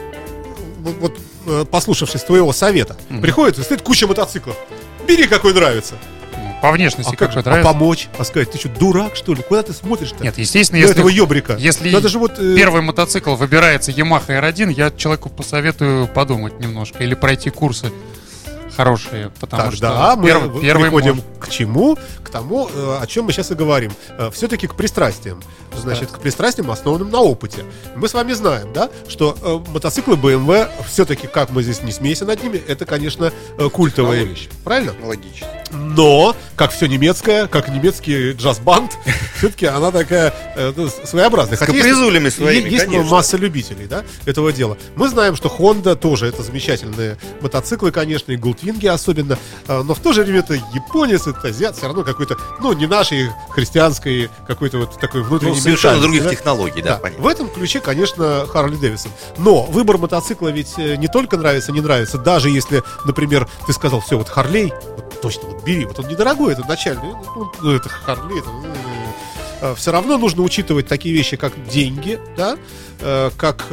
послушавшись твоего совета, приходит и стоит куча мотоциклов. Бери, какой нравится. по внешности А как же? какой нравится? Помочь? А сказать, ты что, дурак, что ли? Куда ты смотришь-то? Нет, естественно, На этого ёбрика. если Надо же вот, первый мотоцикл выбирается Yamaha R1, я человеку посоветую подумать немножко или пройти курсы хорошие, потому Тогда что мы первый приходим может. к чему? К тому, о чем мы сейчас и говорим. Все-таки к пристрастиям. Значит, к пристрастиям, основанным на опыте. Мы с вами знаем, да, что мотоциклы BMW, все-таки, как мы здесь не смейся над ними, это, конечно, культовая вещь. Правильно? Логично. Но, как все немецкое, как немецкий джаз-банд, все-таки она такая своеобразная. С капризулями своими, есть конечно. масса любителей, да, этого дела. Мы знаем, что Honda тоже это замечательные мотоциклы, конечно, и Goldwing особенно, но в то же время это японец, это азиат, все равно какой-то, ну, не нашей христианской, какой-то вот такой внутренней Совершенно ментальности, других да? технологий, да, понятно. В этом ключе, конечно, Харли Дэвидсон. Но выбор мотоцикла ведь не только нравится, не нравится. Даже если, например, ты сказал, все, вот Харлей, вот точно, вот бери, вот он недорогой, это начальный, ну, это Харли, это... Все равно нужно учитывать такие вещи, как деньги, да, как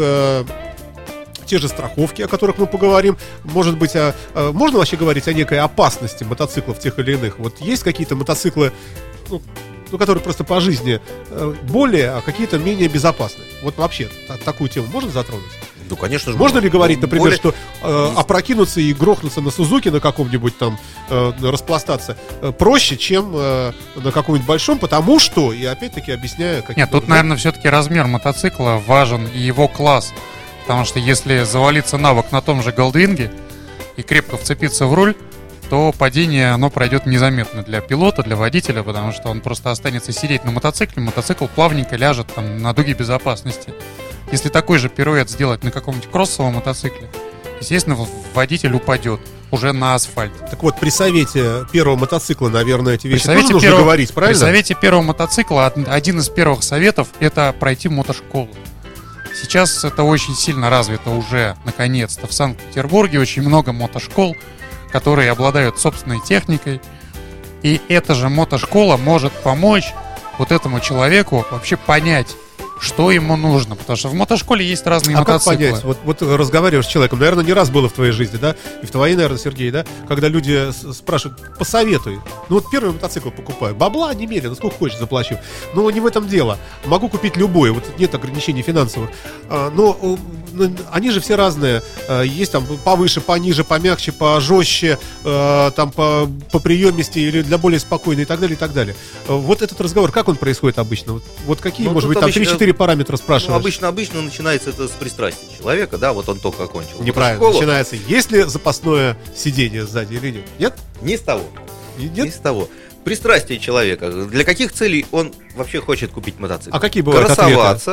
те же страховки, о которых мы поговорим. Может быть, можно вообще говорить о некой опасности мотоциклов тех или иных? Вот есть какие-то мотоциклы, ну, которые просто по жизни более, а какие-то менее безопасны. Вот вообще такую тему можно затронуть? Ну, конечно же. Можно ли говорить, например, Более- что опрокинуться и грохнуться на Сузуки на каком-нибудь там, распластаться, проще, чем на каком-нибудь большом, потому что, и опять-таки объясняю... Нет, тут, наверное, все-таки размер мотоцикла важен и его класс. Потому что если завалиться на бок на том же Голдвинге и крепко вцепиться в руль, то падение, оно пройдет незаметно для пилота, для водителя, потому что он просто останется сидеть на мотоцикле, мотоцикл плавненько ляжет там на дуге безопасности. Если такой же пируэт сделать на каком-нибудь кроссовом мотоцикле, естественно, водитель упадет уже на асфальт. Так вот, при совете первого мотоцикла, наверное, эти При вещи совете тоже нужно первого- говорить, правильно? При совете первого мотоцикла один из первых советов — это пройти мотошколу. Сейчас это очень сильно развито уже, наконец-то, в Санкт-Петербурге. Очень много мотошкол, которые обладают собственной техникой. И эта же мотошкола может помочь вот этому человеку вообще понять, что ему нужно. Потому что в мотошколе есть разные А как мотоциклы. понять? Вот разговариваешь с человеком, наверное, не раз было в твоей жизни, да? И в твоей, наверное, Сергей, да? Когда люди спрашивают, посоветуй. Ну вот первый мотоцикл покупаю. Бабла немерено, сколько хочешь заплачу. Но не в этом дело. Могу купить любой, вот нет ограничений финансовых. Но они же все разные. Есть там повыше, пониже, помягче, пожестче, там по приемисти или для более спокойной и так далее, и так далее. Вот этот разговор, как он происходит обычно? Вот какие, Ну, может тут быть, там обычно- 3-4 параметра Ну, спрашиваешь? обычно начинается это с пристрастия человека, да, вот он только окончил Неправильно. мотошколу. Начинается, есть ли запасное сиденье сзади или нет? Нет? Не с того. И Не нет? с того. Пристрастие человека. Для каких целей он вообще хочет купить мотоцикл? А какие бывают Красоваться,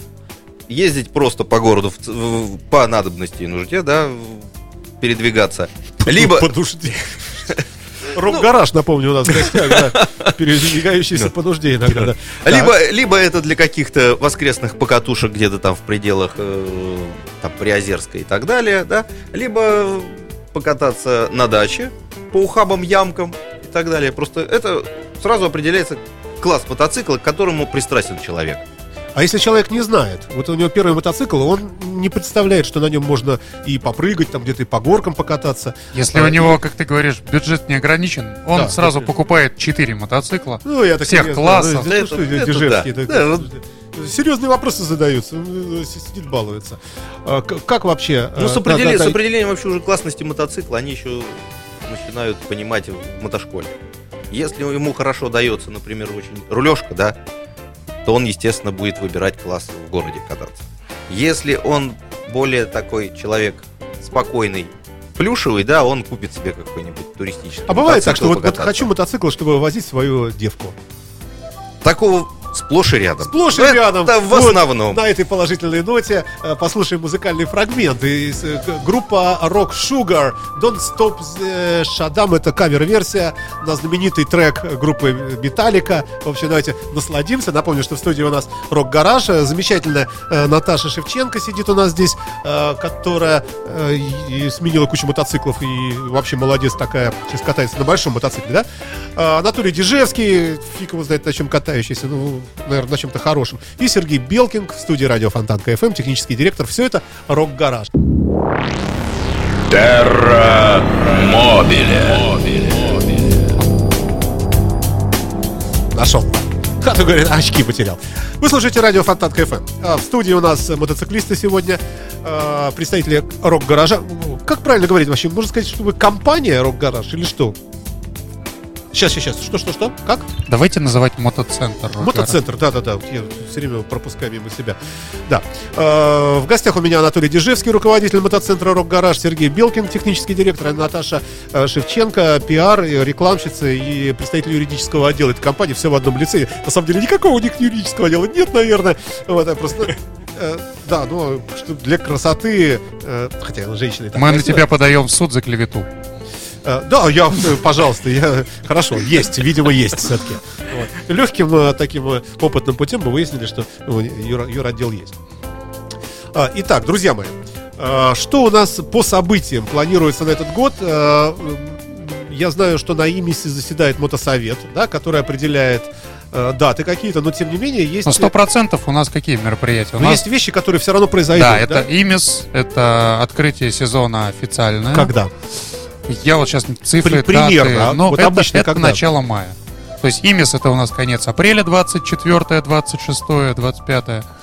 ездить просто по городу по надобности и нужде, да, передвигаться. Либо По нужде. Рок-гараж, напомню, у нас в гостях, да, передвигающийся по нужде иногда, да. Либо это для каких-то воскресных покатушек где-то там в пределах там, Приозерска и так далее, да, либо покататься на даче по ухабам, ямкам и так далее. Просто это сразу определяется класс мотоцикла, к которому пристрастен человек. А если человек не знает, вот у него первый мотоцикл, он не представляет, что на нем можно и попрыгать, там где-то и по горкам покататься. Если у него, как ты говоришь, бюджет не ограничен, он Да, сразу конечно. покупает 4 мотоцикла. Ну, я так Всех не знаю, классов. ну, Это- что это это дежевский, да. это- Да, серьезные вопросы задаются, сидит балуется. Как вообще? Ну, с да, определением вообще уже классности мотоцикла они еще начинают понимать в мотошколе. Если ему хорошо дается, например, очень рулежка, да, то он, естественно, будет выбирать класс в городе кататься. Если он более такой человек спокойный, плюшевый, да, он купит себе какой-нибудь туристический А бывает так, что вот покататься. хочу мотоцикл, чтобы возить свою девку. Такого сплошь и рядом. Сплошь и рядом. Это в Вот основном. На этой положительной ноте послушаем музыкальный фрагмент. Группа Rock Sugar Don't Stop the Shutdown. Это кавер-версия на знаменитый трек группы Metallica. В общем, давайте насладимся. Напомню, что в студии у нас Рок Гараж. Замечательная Наташа Шевченко сидит у нас здесь, которая и сменила кучу мотоциклов и вообще молодец такая. Сейчас катается на большом мотоцикле, да? Анатолий Дежевский, фиг его знает на чем катающийся, ну, наверное, на чем-то хорошем. И Сергей Белкин в студии радио Фонтанка ФМ, технический директор. Все это Рок Гараж. Терра Мобиле. Нашел. А то, говорит, очки потерял. Вы слушаете радио Фонтанка ФМ. В студии у нас мотоциклисты сегодня, представители Рок Гаража. Как правильно говорить вообще? Можно сказать, что вы компания Рок Гараж или что? Сейчас. Что? Как? Давайте называть мотоцентр. Мотоцентр, да. Я все время пропускаю мимо себя. Да. В гостях у меня Анатолий Дежевский, руководитель мотоцентра Рок Гараж, Сергей Белкин, технический директор, Наташа Шевченко, пиар, рекламщица и представитель юридического отдела этой компании. Все в одном лице. На самом деле никакого у них юридического отдела нет, наверное. Вот, а просто... Да, ну, что для красоты, хотя женщины... Мы на тебя подаем в суд за клевету. Да, пожалуйста, хорошо, видимо, есть все-таки. Вот. Легким таким опытным путем мы выяснили, что юротдел есть. Итак, друзья мои, что у нас по событиям планируется на этот год? Я знаю, что на ИМИСе заседает мотосовет, да, который определяет даты какие-то, но тем не менее есть... Но 100% у нас какие мероприятия? У Но нас... есть вещи, которые все равно произойдут. Да, это ИМИС, это открытие сезона официальное. Когда? Я вот сейчас цифры, Примерно, даты, но вот это, обычно это когда? начало мая. То есть ИМИС это у нас конец апреля, 24, 26, 25.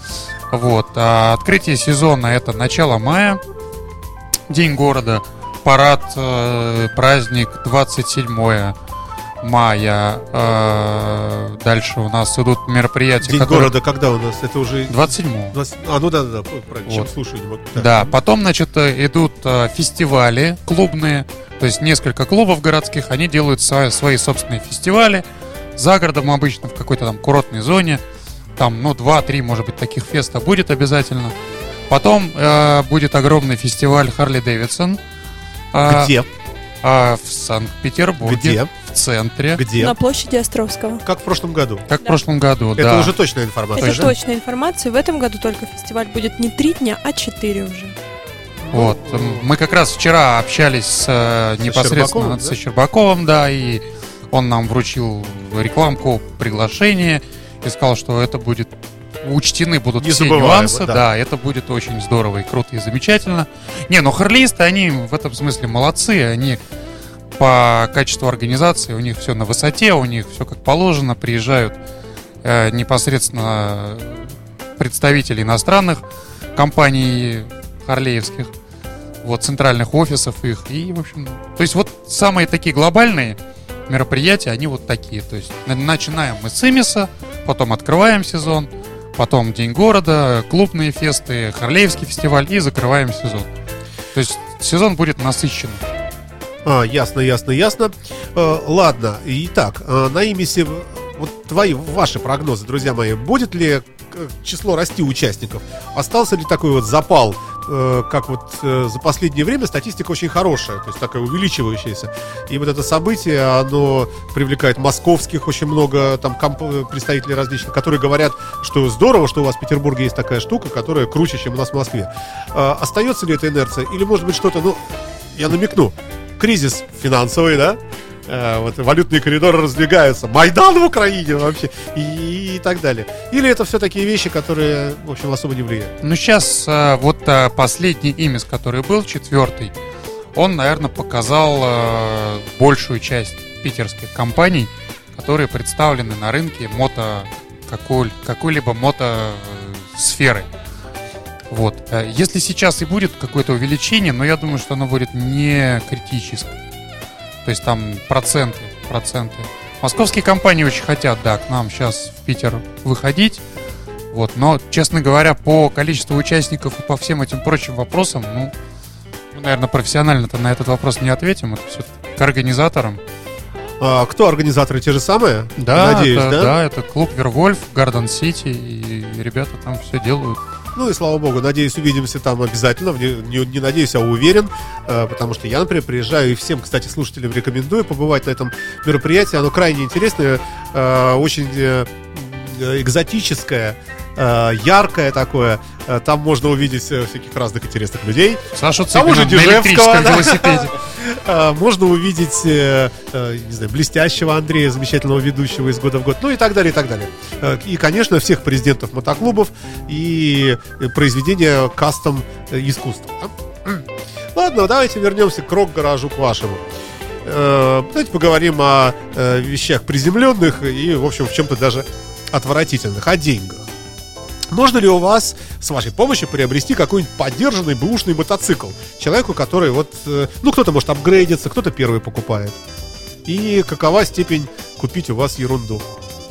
Вот. А открытие сезона — это начало мая, День города, парад, праздник 27 мая. Дальше у нас идут мероприятия. День города когда у нас? Это уже 27-го. Ну да, правильно, чем Вот. слушаю, не могу. Да, потом, значит, идут фестивали клубные, то есть несколько клубов городских, они делают свои собственные фестивали. За городом обычно в какой-то там курортной зоне. Там, 2-3, может быть, таких феста будет обязательно. Потом будет огромный фестиваль Харли-Дэвидсон. Где? В Санкт-Петербурге. Где? В центре. Где? На площади Островского. Как в прошлом году. Как в прошлом году, Это да. уже точная информация. Это да? точная информация. В этом году только фестиваль будет не 3 дня, а 4 уже. Вот. Мы как раз вчера общались непосредственно Щербаковым, да? со Щербаковым, да, и он нам вручил рекламку, приглашение и сказал, что это будет учтены будут все Незабываемо, нюансы, да. да, это будет очень здорово и круто и замечательно. Харлисты, они в этом смысле молодцы, они по качеству организации, у них все на высоте, у них все как положено, приезжают непосредственно представители иностранных компаний харлеевских, вот, центральных офисов их, и, в общем, то есть вот самые такие глобальные мероприятия, они вот такие, то есть начинаем мы с Имиса, потом открываем сезон, потом День города, клубные фесты, Харлеевский фестиваль и закрываем сезон. То есть сезон будет насыщенным. Ясно. Ладно, итак, на Имисе, вот ваши прогнозы, друзья мои, будет ли число расти участников? Остался ли такой вот запал? Как вот за последнее время статистика очень хорошая, то есть такая увеличивающаяся. И вот это событие, оно привлекает московских очень много там представителей различных, которые говорят, что здорово, что у вас в Петербурге есть такая штука, которая круче, чем у нас в Москве. Остается ли эта инерция? Или может быть что-то, я намекну, кризис финансовый, да? Вот валютные коридоры раздвигаются, Майдан в Украине вообще и так далее. Или это все такие вещи, которые, в общем, особо не влияют? Сейчас последний Имис, который был, 4-й, он, наверное, показал большую часть питерских компаний, которые представлены на рынке какой-либо мотосферы. Вот. Если сейчас и будет какое-то увеличение, но я думаю, что оно будет не критическое. То есть там проценты. Московские компании очень хотят, да, к нам сейчас в Питер выходить. Вот, но, честно говоря, по количеству участников и по всем этим прочим вопросам, мы, наверное, профессионально-то на этот вопрос не ответим. Это все к организаторам. Кто организаторы? Те же самые? Да, Надеюсь, да? Да, это клуб Вервольф, Гарден Сити, и ребята там все делают. Ну и слава богу, надеюсь, увидимся там обязательно. Не надеюсь, а уверен. Потому что я, например, приезжаю и всем, кстати, слушателям рекомендую побывать на этом мероприятии. Оно крайне интересное, очень экзотическое, яркое такое. Там можно увидеть всяких разных интересных людей. Сашу Того же Цыпина на электрическом Дежевского, велосипеде. Можно увидеть, не знаю, блестящего Андрея, замечательного ведущего из года в год, и так далее, и так далее. И, конечно, всех президентов мотоклубов и произведения кастом искусства. Ладно, давайте вернемся к рок-гаражу, к вашему. Давайте поговорим о вещах приземленных и, в общем, в чем-то даже отвратительных, о деньгах. Можно ли у вас с вашей помощью приобрести какой-нибудь подержанный бэушный мотоцикл? Человеку, который кто-то может апгрейдиться, кто-то первый покупает. И какова степень купить у вас ерунду?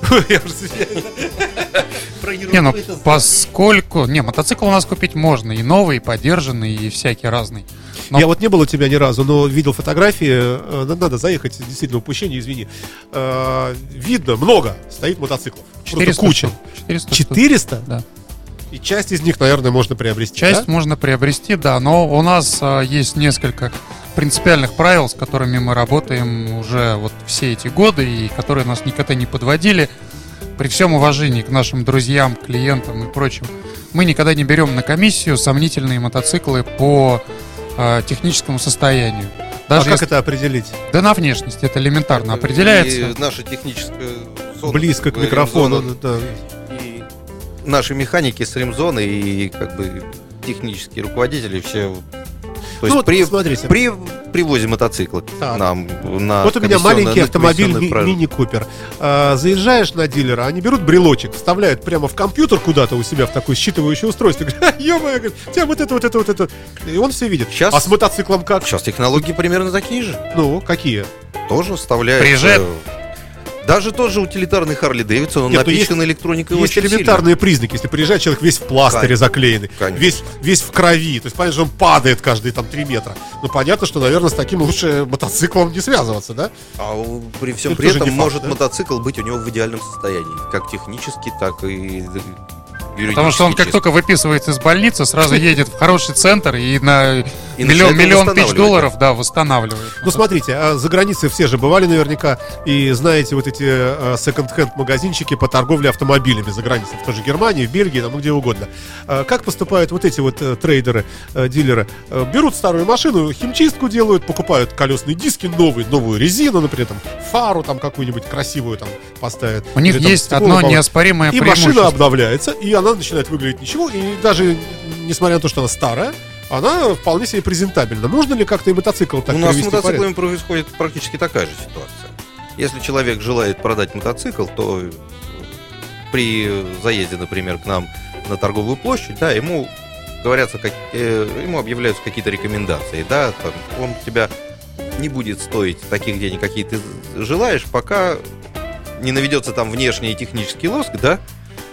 Поскольку... мотоцикл у нас купить можно. И новый, и подержанный, и всякий разный. Я вот не был у тебя ни разу, но видел фотографии. Надо заехать, действительно, упущение, извини. Видно, много стоит мотоциклов. 400 куча. 400? Да. И часть из них, наверное, можно приобрести. Часть да? можно приобрести, да. Но у нас есть несколько принципиальных правил, с которыми мы работаем уже вот все эти годы, и которые нас никогда не подводили. При всем уважении к нашим друзьям, клиентам и прочим, мы никогда не берем на комиссию сомнительные мотоциклы по техническому состоянию. Даже как это определить? Да на внешность это элементарно определяется. И наша техническая зона, Близко к микрофону. Да. И наши механики с ремзоны и как бы технические руководители все То есть вот смотрите. при привозе мотоцикла Так. к нам на Вот у меня комиссионный- маленький на автомобиль комиссионный прожиг. мини-купер. Заезжаешь на дилера, они берут брелочек, вставляют прямо в компьютер куда-то у себя в такое считывающее устройство. Говорят, ё-моё, говорит, у тебя вот это. И он все видит. Щас- А с мотоциклом как? Сейчас технологии примерно такие же. Ну, какие? Тоже вставляют. Прижет. Даже тот же утилитарный Харли Дэвидсон, он Нет, ну напичкан электроникой Есть очень элементарные признаки. Если приезжает человек весь в пластыре Конечно. заклеенный, Конечно. весь в крови, то есть понятно, что он падает каждые там 3 метра. Ну, понятно, что, наверное, с таким лучше мотоциклом не связываться, да? При всем Это при тоже этом не факт, может да? мотоцикл быть у него в идеальном состоянии. Как технически, так и юридически. Потому что он как только выписывается из больницы, сразу едет в хороший центр и на И начинает миллион его тысяч долларов, да, восстанавливает. Ну, смотрите, а за границей все же бывали наверняка и знаете вот эти секонд-хенд магазинчики по торговле автомобилями за границей, в той же Германии, в Бельгии, там где угодно. Как поступают вот эти вот трейдеры, дилеры? Берут старую машину, химчистку делают, покупают колесные диски новые, новую резину, например, там, фару там какую-нибудь красивую там поставят. У них Или там есть стекло одно наполнят. неоспоримое И машина преимущество. обновляется, и она начинает выглядеть ничего, и даже несмотря на то, что она старая, она вполне себе презентабельна. Можно ли как-то и мотоцикл так У нас с привести в порядок? мотоциклами происходит практически такая же ситуация. Если человек желает продать мотоцикл, то при заезде, например, к нам на торговую площадь, да, ему говорятся, ему объявляются какие-то рекомендации, да, там, он у тебя не будет стоить таких денег, какие ты желаешь, пока не наведется там внешний технический лоск, да.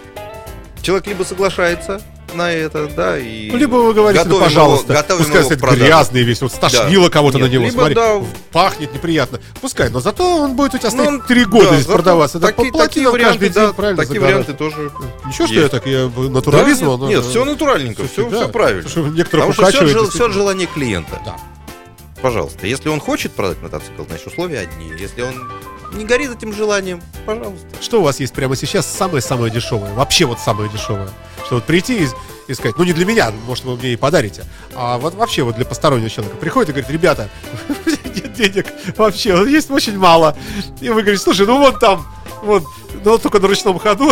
Человек либо соглашается на это, да, и... Ну, либо вы говорите, ну, готовим пожалуйста, его- готовим пускай его стоит к продаже. грязный весь, вот стошнило Да. кого-то Нет, на него, либо, смотри, да. пахнет неприятно. Пускай, но зато он будет у тебя Ну, стоять 3 года да, здесь зато продаваться. Да, такие плати нам варианты, каждый день, да, правильно, такие за гараж. варианты тоже. Ничего, что есть. я так, я натурализм, Да, он, нет, все натуральненько, слушайте, все да. правильно. Слушай, некоторых Потому что все, укачивает. все действительно. желание клиента. Да. Пожалуйста, если он хочет продать мотоцикл, значит условия одни. Если он не горит этим желанием, пожалуйста. Что у вас есть прямо сейчас самое-самое дешевое? Вообще вот самое дешевое. Что вот прийти и сказать, ну не для меня, может вы мне и подарите, а вот вообще вот для постороннего человека. Приходит и говорит, ребята, нет денег вообще, вот есть очень мало. И вы говорите, слушай, ну вот там, вот, ну вот только на ручном ходу.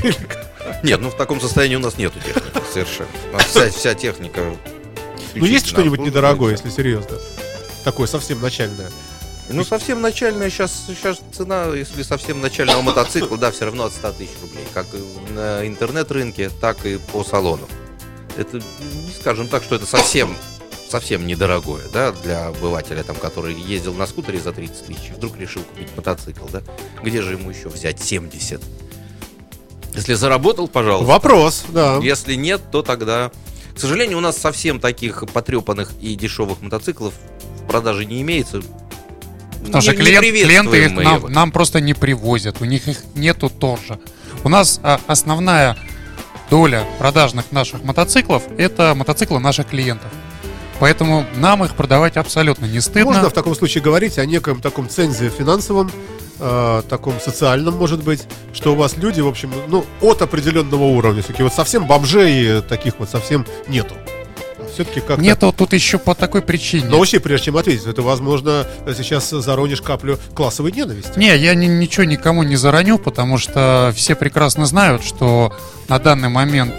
Нет, ну в таком состоянии у нас нету техники совершенно. У нас вся техника. Ну есть исключительно что-нибудь обслуживается. недорогое, если серьезно? Такое совсем начальное. Ну совсем начальная сейчас цена, если совсем начального мотоцикла, да, все равно от 100 тысяч рублей. Как и на интернет-рынке, так и по салону. Это, не скажем так, что это совсем недорогое, да, для обывателя, там, который ездил на скутере за 30 тысяч, вдруг решил купить мотоцикл, да. Где же ему еще взять 70? Если заработал, пожалуйста. Вопрос, да. Если нет, то тогда... К сожалению, у нас совсем таких потрепанных и дешевых мотоциклов в продаже не имеется. Потому что Не клиенты приветствуем их мы нам, его. нам просто не привозят, у них их нету тоже. У нас основная доля продажных наших мотоциклов — это мотоциклы наших клиентов. Поэтому нам их продавать абсолютно не стыдно. Можно в таком случае говорить о неком таком цензе финансовом, таком социальном, может быть, что у вас люди, в общем, ну, от определенного уровня, все-таки вот совсем бомжей таких вот совсем нету. Все-таки как-то... Нету тут еще по такой причине. Но вообще, прежде чем ответить, это, возможно, сейчас заронишь каплю классовой ненависти. Не, я ничего никому не зароню, потому что все прекрасно знают, что на данный момент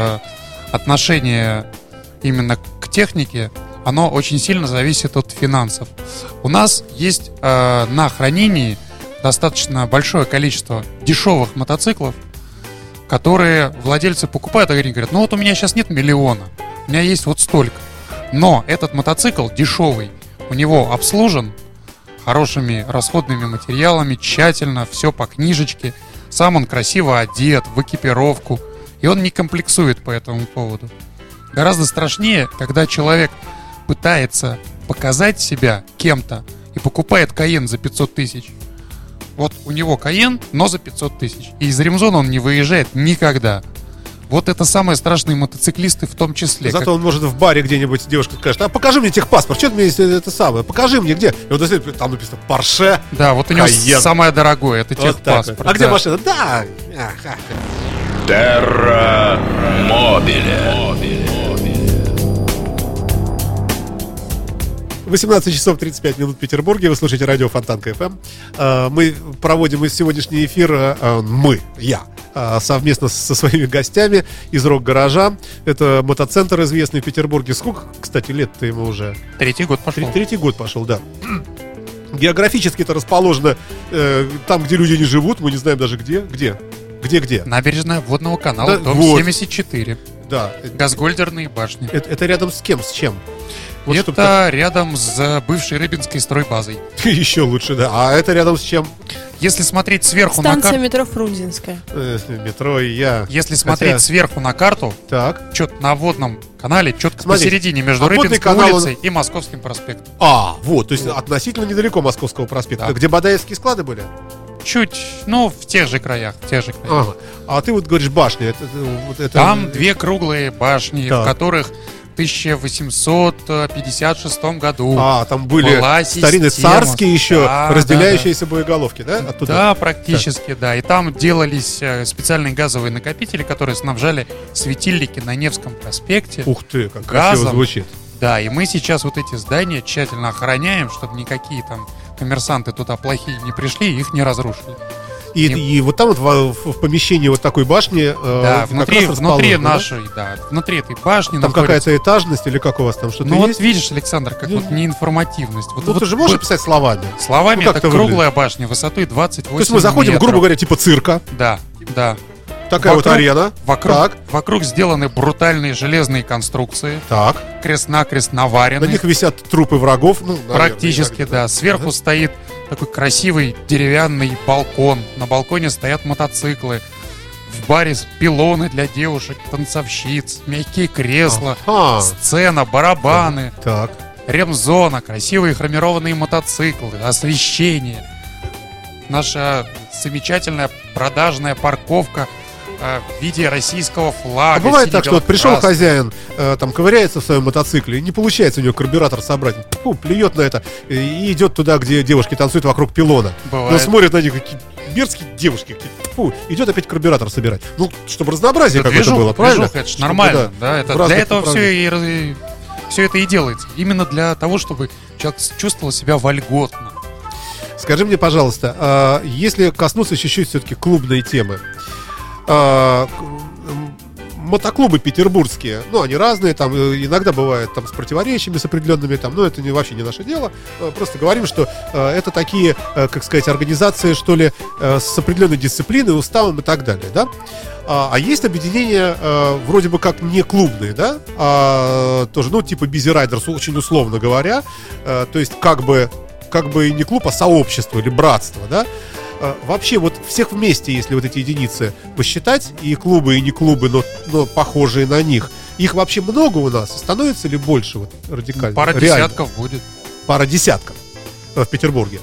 отношение именно к технике, оно очень сильно зависит от финансов. У нас есть на хранении достаточно большое количество дешевых мотоциклов, которые владельцы покупают, и они говорят, ну вот у меня сейчас нет миллиона, у меня есть вот столько. Но этот мотоцикл дешевый, у него обслужен хорошими расходными материалами, тщательно, все по книжечке. Сам он красиво одет, в экипировку, и он не комплексует по этому поводу. Гораздо страшнее, когда человек пытается показать себя кем-то и покупает Каен за 500 тысяч. Вот у него Каен, но за 500 тысяч. И из ремзона он не выезжает никогда. Вот это самые страшные мотоциклисты в том числе. Зато он может в баре где-нибудь, девушка скажет, а покажи мне техпаспорт, что ты мне это самое, покажи мне где. И вот там написано Porsche. Да, вот у него Каен. самое дорогое, это Вот так техпаспорт. вот. А где да. машина? Да. Терра Мобиле. 18 часов 35 минут в Петербурге. Вы слушаете радио Фонтанка ФМ. Мы проводим сегодняшний эфир, я, совместно со своими гостями из Рок-гаража. Это мотоцентр, известный в Петербурге. Сколько, кстати, лет-то ему уже? Третий год пошел. Третий год пошел, да. Географически это расположено там, где люди не живут. Мы не знаем даже где. Где? Набережная Водного канала, Да, дом вот. 74. Да. Газгольдерные башни. Это рядом с кем? С чем? Вот чтоб Это рядом с бывшей Рыбинской стройбазой. еще лучше, да. А это рядом с чем? Если смотреть сверху на Станция карту, метро Фрунзенская. Метро и я. если смотреть сверху на карту, Так. четко на Водном канале, четко Смотрите, посередине между а Водный Рыбинской канал, улицей и Московским проспектом. Вот, то есть относительно недалеко Московского проспекта. Да. Где Бадаевские склады были? Чуть, в тех же краях, Ага. А ты вот говоришь башня. Это... Там две круглые башни, Так. в которых в 1856 году там были была старинные система. царские еще Да, разделяющиеся боеголовки, да? Оттуда? Да, практически, да. И там делались специальные газовые накопители, которые снабжали светильники на Невском проспекте. Ух ты, как красиво Газом. звучит. Да, и мы сейчас вот эти здания тщательно охраняем, чтобы никакие там коммерсанты туда плохие не пришли и их не разрушили. И вот там вот в помещении вот такой башни Да, как раз внутри расположено, да? нашей, да, внутри этой башни Там находится. какая-то этажность или как у вас там что-то Ну есть? вот видишь, Александр, как Ну, вот неинформативность. Ну ты же можешь писать словами. Словами Ну, как это это круглая башня высотой 28 То есть мы заходим, метров. грубо говоря, типа цирка. Да. Такая вот Вокруг- арена. Так. Вокруг сделаны брутальные железные конструкции, Так. крест-накрест На наварены. них висят трупы врагов. Ну, наверное, Практически, иногда. да. Сверху Ага. стоит такой красивый деревянный балкон. На балконе стоят мотоциклы. В баре пилоны для девушек, танцовщиц, мягкие кресла, Ага. сцена, барабаны, Так. ремзона, красивые хромированные мотоциклы, освещение. Наша замечательная продажная парковка в виде российского флага. А бывает так, что вот пришел сине-бело-красный. хозяин, там ковыряется в своем мотоцикле, и не получается у него карбюратор собрать. Фу, плюет на это и идет туда, где девушки танцуют вокруг пилона. Бывает. Но смотрит на них, какие мерзкие девушки. Фу, идет опять карбюратор собирать. Ну, чтобы разнообразие Да, какое-то было, правильно? движуха, это ж Чтобы, нормально, да, это в разных для этого направлениях. все это и делается. Именно для того, чтобы человек чувствовал себя вольготно. Скажи мне, пожалуйста, если коснуться чуть-чуть все-таки клубной темы, мотоклубы петербургские, ну, они разные, там иногда бывают там с противоречиями, с определенными, там, но это вообще не наше дело. Просто говорим, что это такие, как сказать, организации, что ли, с определенной дисциплиной, уставом и так далее, да? А есть объединения вроде бы как не клубные, да? Тоже, ну, типа Busy Riders, очень условно говоря, то есть как бы и не клуб, а сообщество или братство, да? Вообще вот всех вместе, если вот эти единицы посчитать, и клубы, и не клубы, но похожие на них, их вообще много у нас? Становится ли больше вот радикально? Пара Реально? десятков будет. Пара десятков в Петербурге.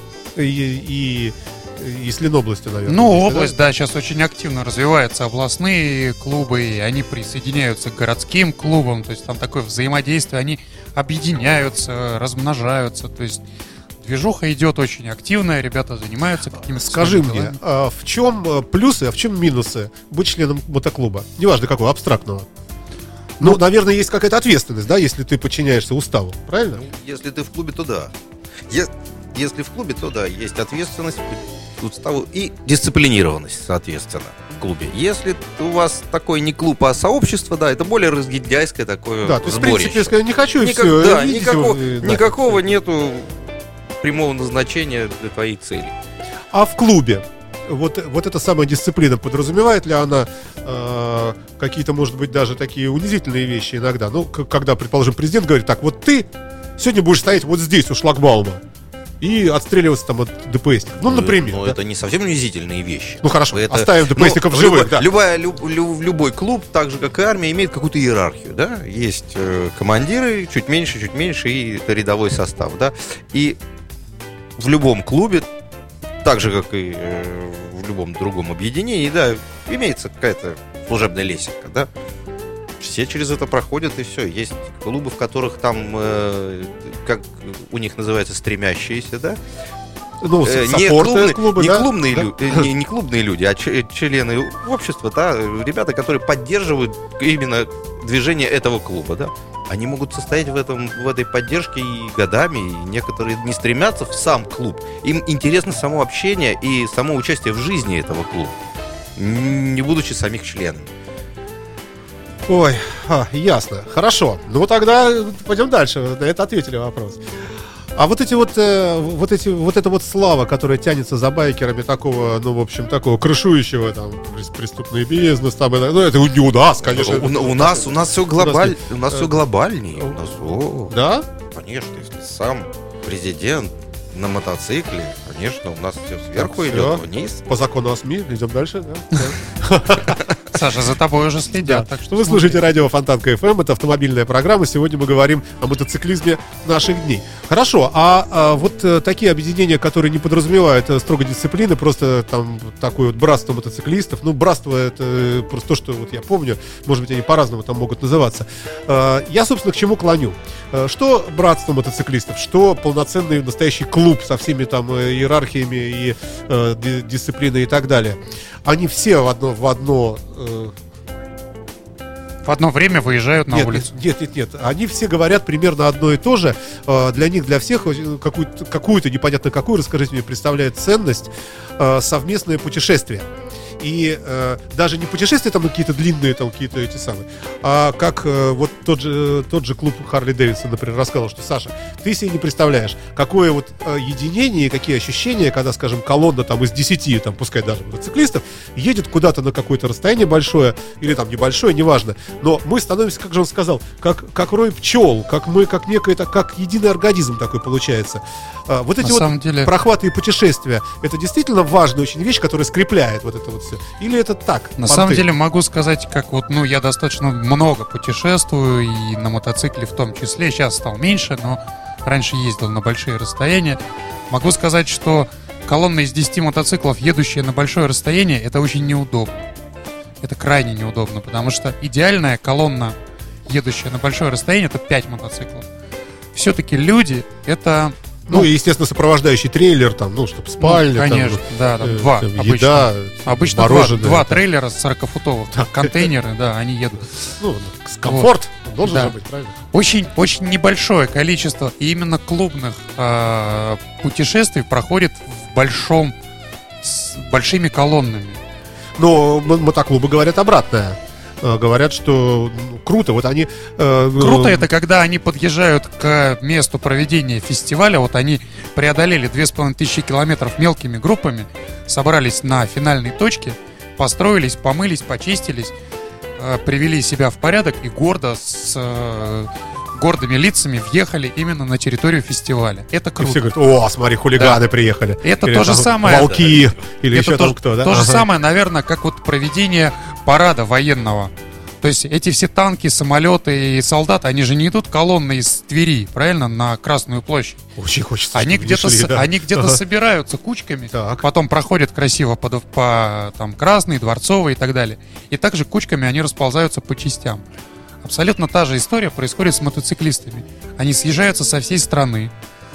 И с Ленобластью, наверное. Ну, вместе, область, да, сейчас очень активно развиваются областные клубы, и они присоединяются к городским клубам, то есть там такое взаимодействие, они объединяются, размножаются, то есть движуха идет очень активная, ребята занимаются какими-то Скажи своими мне, делами. в чем плюсы, а в чем минусы быть членом мотоклуба? Неважно какого, абстрактного. Ну, наверное, есть какая-то ответственность, да, если ты подчиняешься уставу, правильно? Если ты в клубе, то да. Если в клубе, то да, есть ответственность, уставу и дисциплинированность, соответственно, в клубе. Если у вас такой не клуб, а сообщество, да, это более разгильдяйское такое Да, то есть, в сборище. принципе, сказать, не хочу и Никак- все. да, никакого нету прямого назначения для твоей цели. А в клубе вот эта самая дисциплина, подразумевает ли она какие-то, может быть, даже такие унизительные вещи иногда? Ну, когда, предположим, президент говорит, так, вот ты сегодня будешь стоять вот здесь, у шлагбаума, и отстреливаться там от ДПСников. Ну, например. Но да? это не совсем унизительные вещи. Ну, хорошо, Это- оставим ДПСников ну, живых, да. Любой клуб, так же как и армия, имеет какую-то иерархию, да? Есть командиры, чуть меньше, и рядовой состав, да? И в любом клубе, так же как и в любом другом объединении, да, имеется какая-то служебная лесенка, да? Все через это проходят, и все. Есть клубы, в которых там, как у них называется, стремящиеся, да? Ну, Не саппорты клуба, да? не клубные люди, а члены общества, да, ребята, которые поддерживают именно движение этого клуба, да. они могут состоять в этой поддержке и годами, и некоторые не стремятся в сам клуб. Им интересно само общение и само участие в жизни этого клуба, не будучи самих членами. Ой, ясно. Хорошо. Ну тогда пойдем дальше. На это ответили вопрос. А вот эта вот слава, которая тянется за байкерами такого, ну, в общем, такого крышующего, там, преступный бизнес, там, ну, это не у нас, конечно. У нас все глобально, у нас все глобальнее. Да? Конечно, если сам президент на мотоцикле, конечно, у нас все сверху Так, идет, всё. вниз. По закону о СМИ, идем дальше, да? Саша, за тобой уже Да. следят. Так что Вы смотри. слушаете радио Фонтанка ФМ, это автомобильная программа. Сегодня мы говорим о мотоциклизме наших дней. Хорошо, вот такие объединения, которые не подразумевают строгой дисциплины, просто там такое вот братство мотоциклистов. Ну, братство — это просто то, что вот я помню. Может быть, они по-разному там могут называться. Я, собственно, к чему клоню? Что братство мотоциклистов, что полноценный настоящий клуб со всеми там иерархиями и дисциплиной и так далее. Они все в одно время выезжают на улицу. Нет. Они все говорят примерно одно и то же. Для них, для всех какую-то непонятно какую, расскажите мне, представляет ценность совместное путешествие. И даже не путешествия там какие-то длинные, там какие-то эти самые, а как вот тот же клуб Харли Дэвидсон, например, рассказал, что, Саша, ты себе не представляешь, какое вот единение и какие ощущения, когда, скажем, колонна там из 10, там, пускай даже мотоциклистов, едет куда-то на какое-то расстояние большое, или там небольшое, неважно, но мы становимся, как же он сказал, как рой пчел, как некое, как единый организм такой получается. Вот эти На самом деле... прохваты и путешествия, это действительно важная очень вещь, которая скрепляет вот это вот все. Или это так? На самом деле могу сказать, как вот, ну, я достаточно много путешествую, и на мотоцикле в том числе. Сейчас стал меньше, но раньше ездил на большие расстояния. Могу сказать, что колонна из 10 мотоциклов, едущая на большое расстояние, это очень неудобно. Это крайне неудобно, потому что идеальная колонна, едущая на большое расстояние, это 5 мотоциклов. Все-таки люди, это... Ну, и, естественно, сопровождающий трейлер, там, ну, чтобы спальня, конечно, там, там два там, обычно. еда, Обычно мороженое. два трейлера с 40-футовых контейнеры, да, они едут. Ну, комфорт должен Да. же быть, правильно? Очень небольшое количество и именно клубных путешествий проходит с большими колоннами. Но мотоклубы говорят обратное. Говорят, что круто. Вот они... Круто это, когда они подъезжают к месту проведения фестиваля. Вот они преодолели 2500 километров мелкими группами, собрались на финальной точке, построились, помылись, почистились, привели себя в порядок и гордо с гордыми лицами въехали именно на территорию фестиваля. Это И круто. все говорят, о, смотри, хулиганы приехали. Это Или то же там самое. волки, или Это еще то, там кто, да? то же Ага. самое, наверное, как вот проведение парада военного. То есть эти все танки, самолеты и солдаты, они же не идут колонной из Твери, правильно, на Красную площадь. Очень хочется, Они чтобы где-то, шли, да. они где-то Ага. собираются кучками, Так. потом проходят красиво по там, Красной, Дворцовой и так далее. И также кучками они расползаются по частям. Абсолютно та же история происходит с мотоциклистами. Они съезжаются со всей страны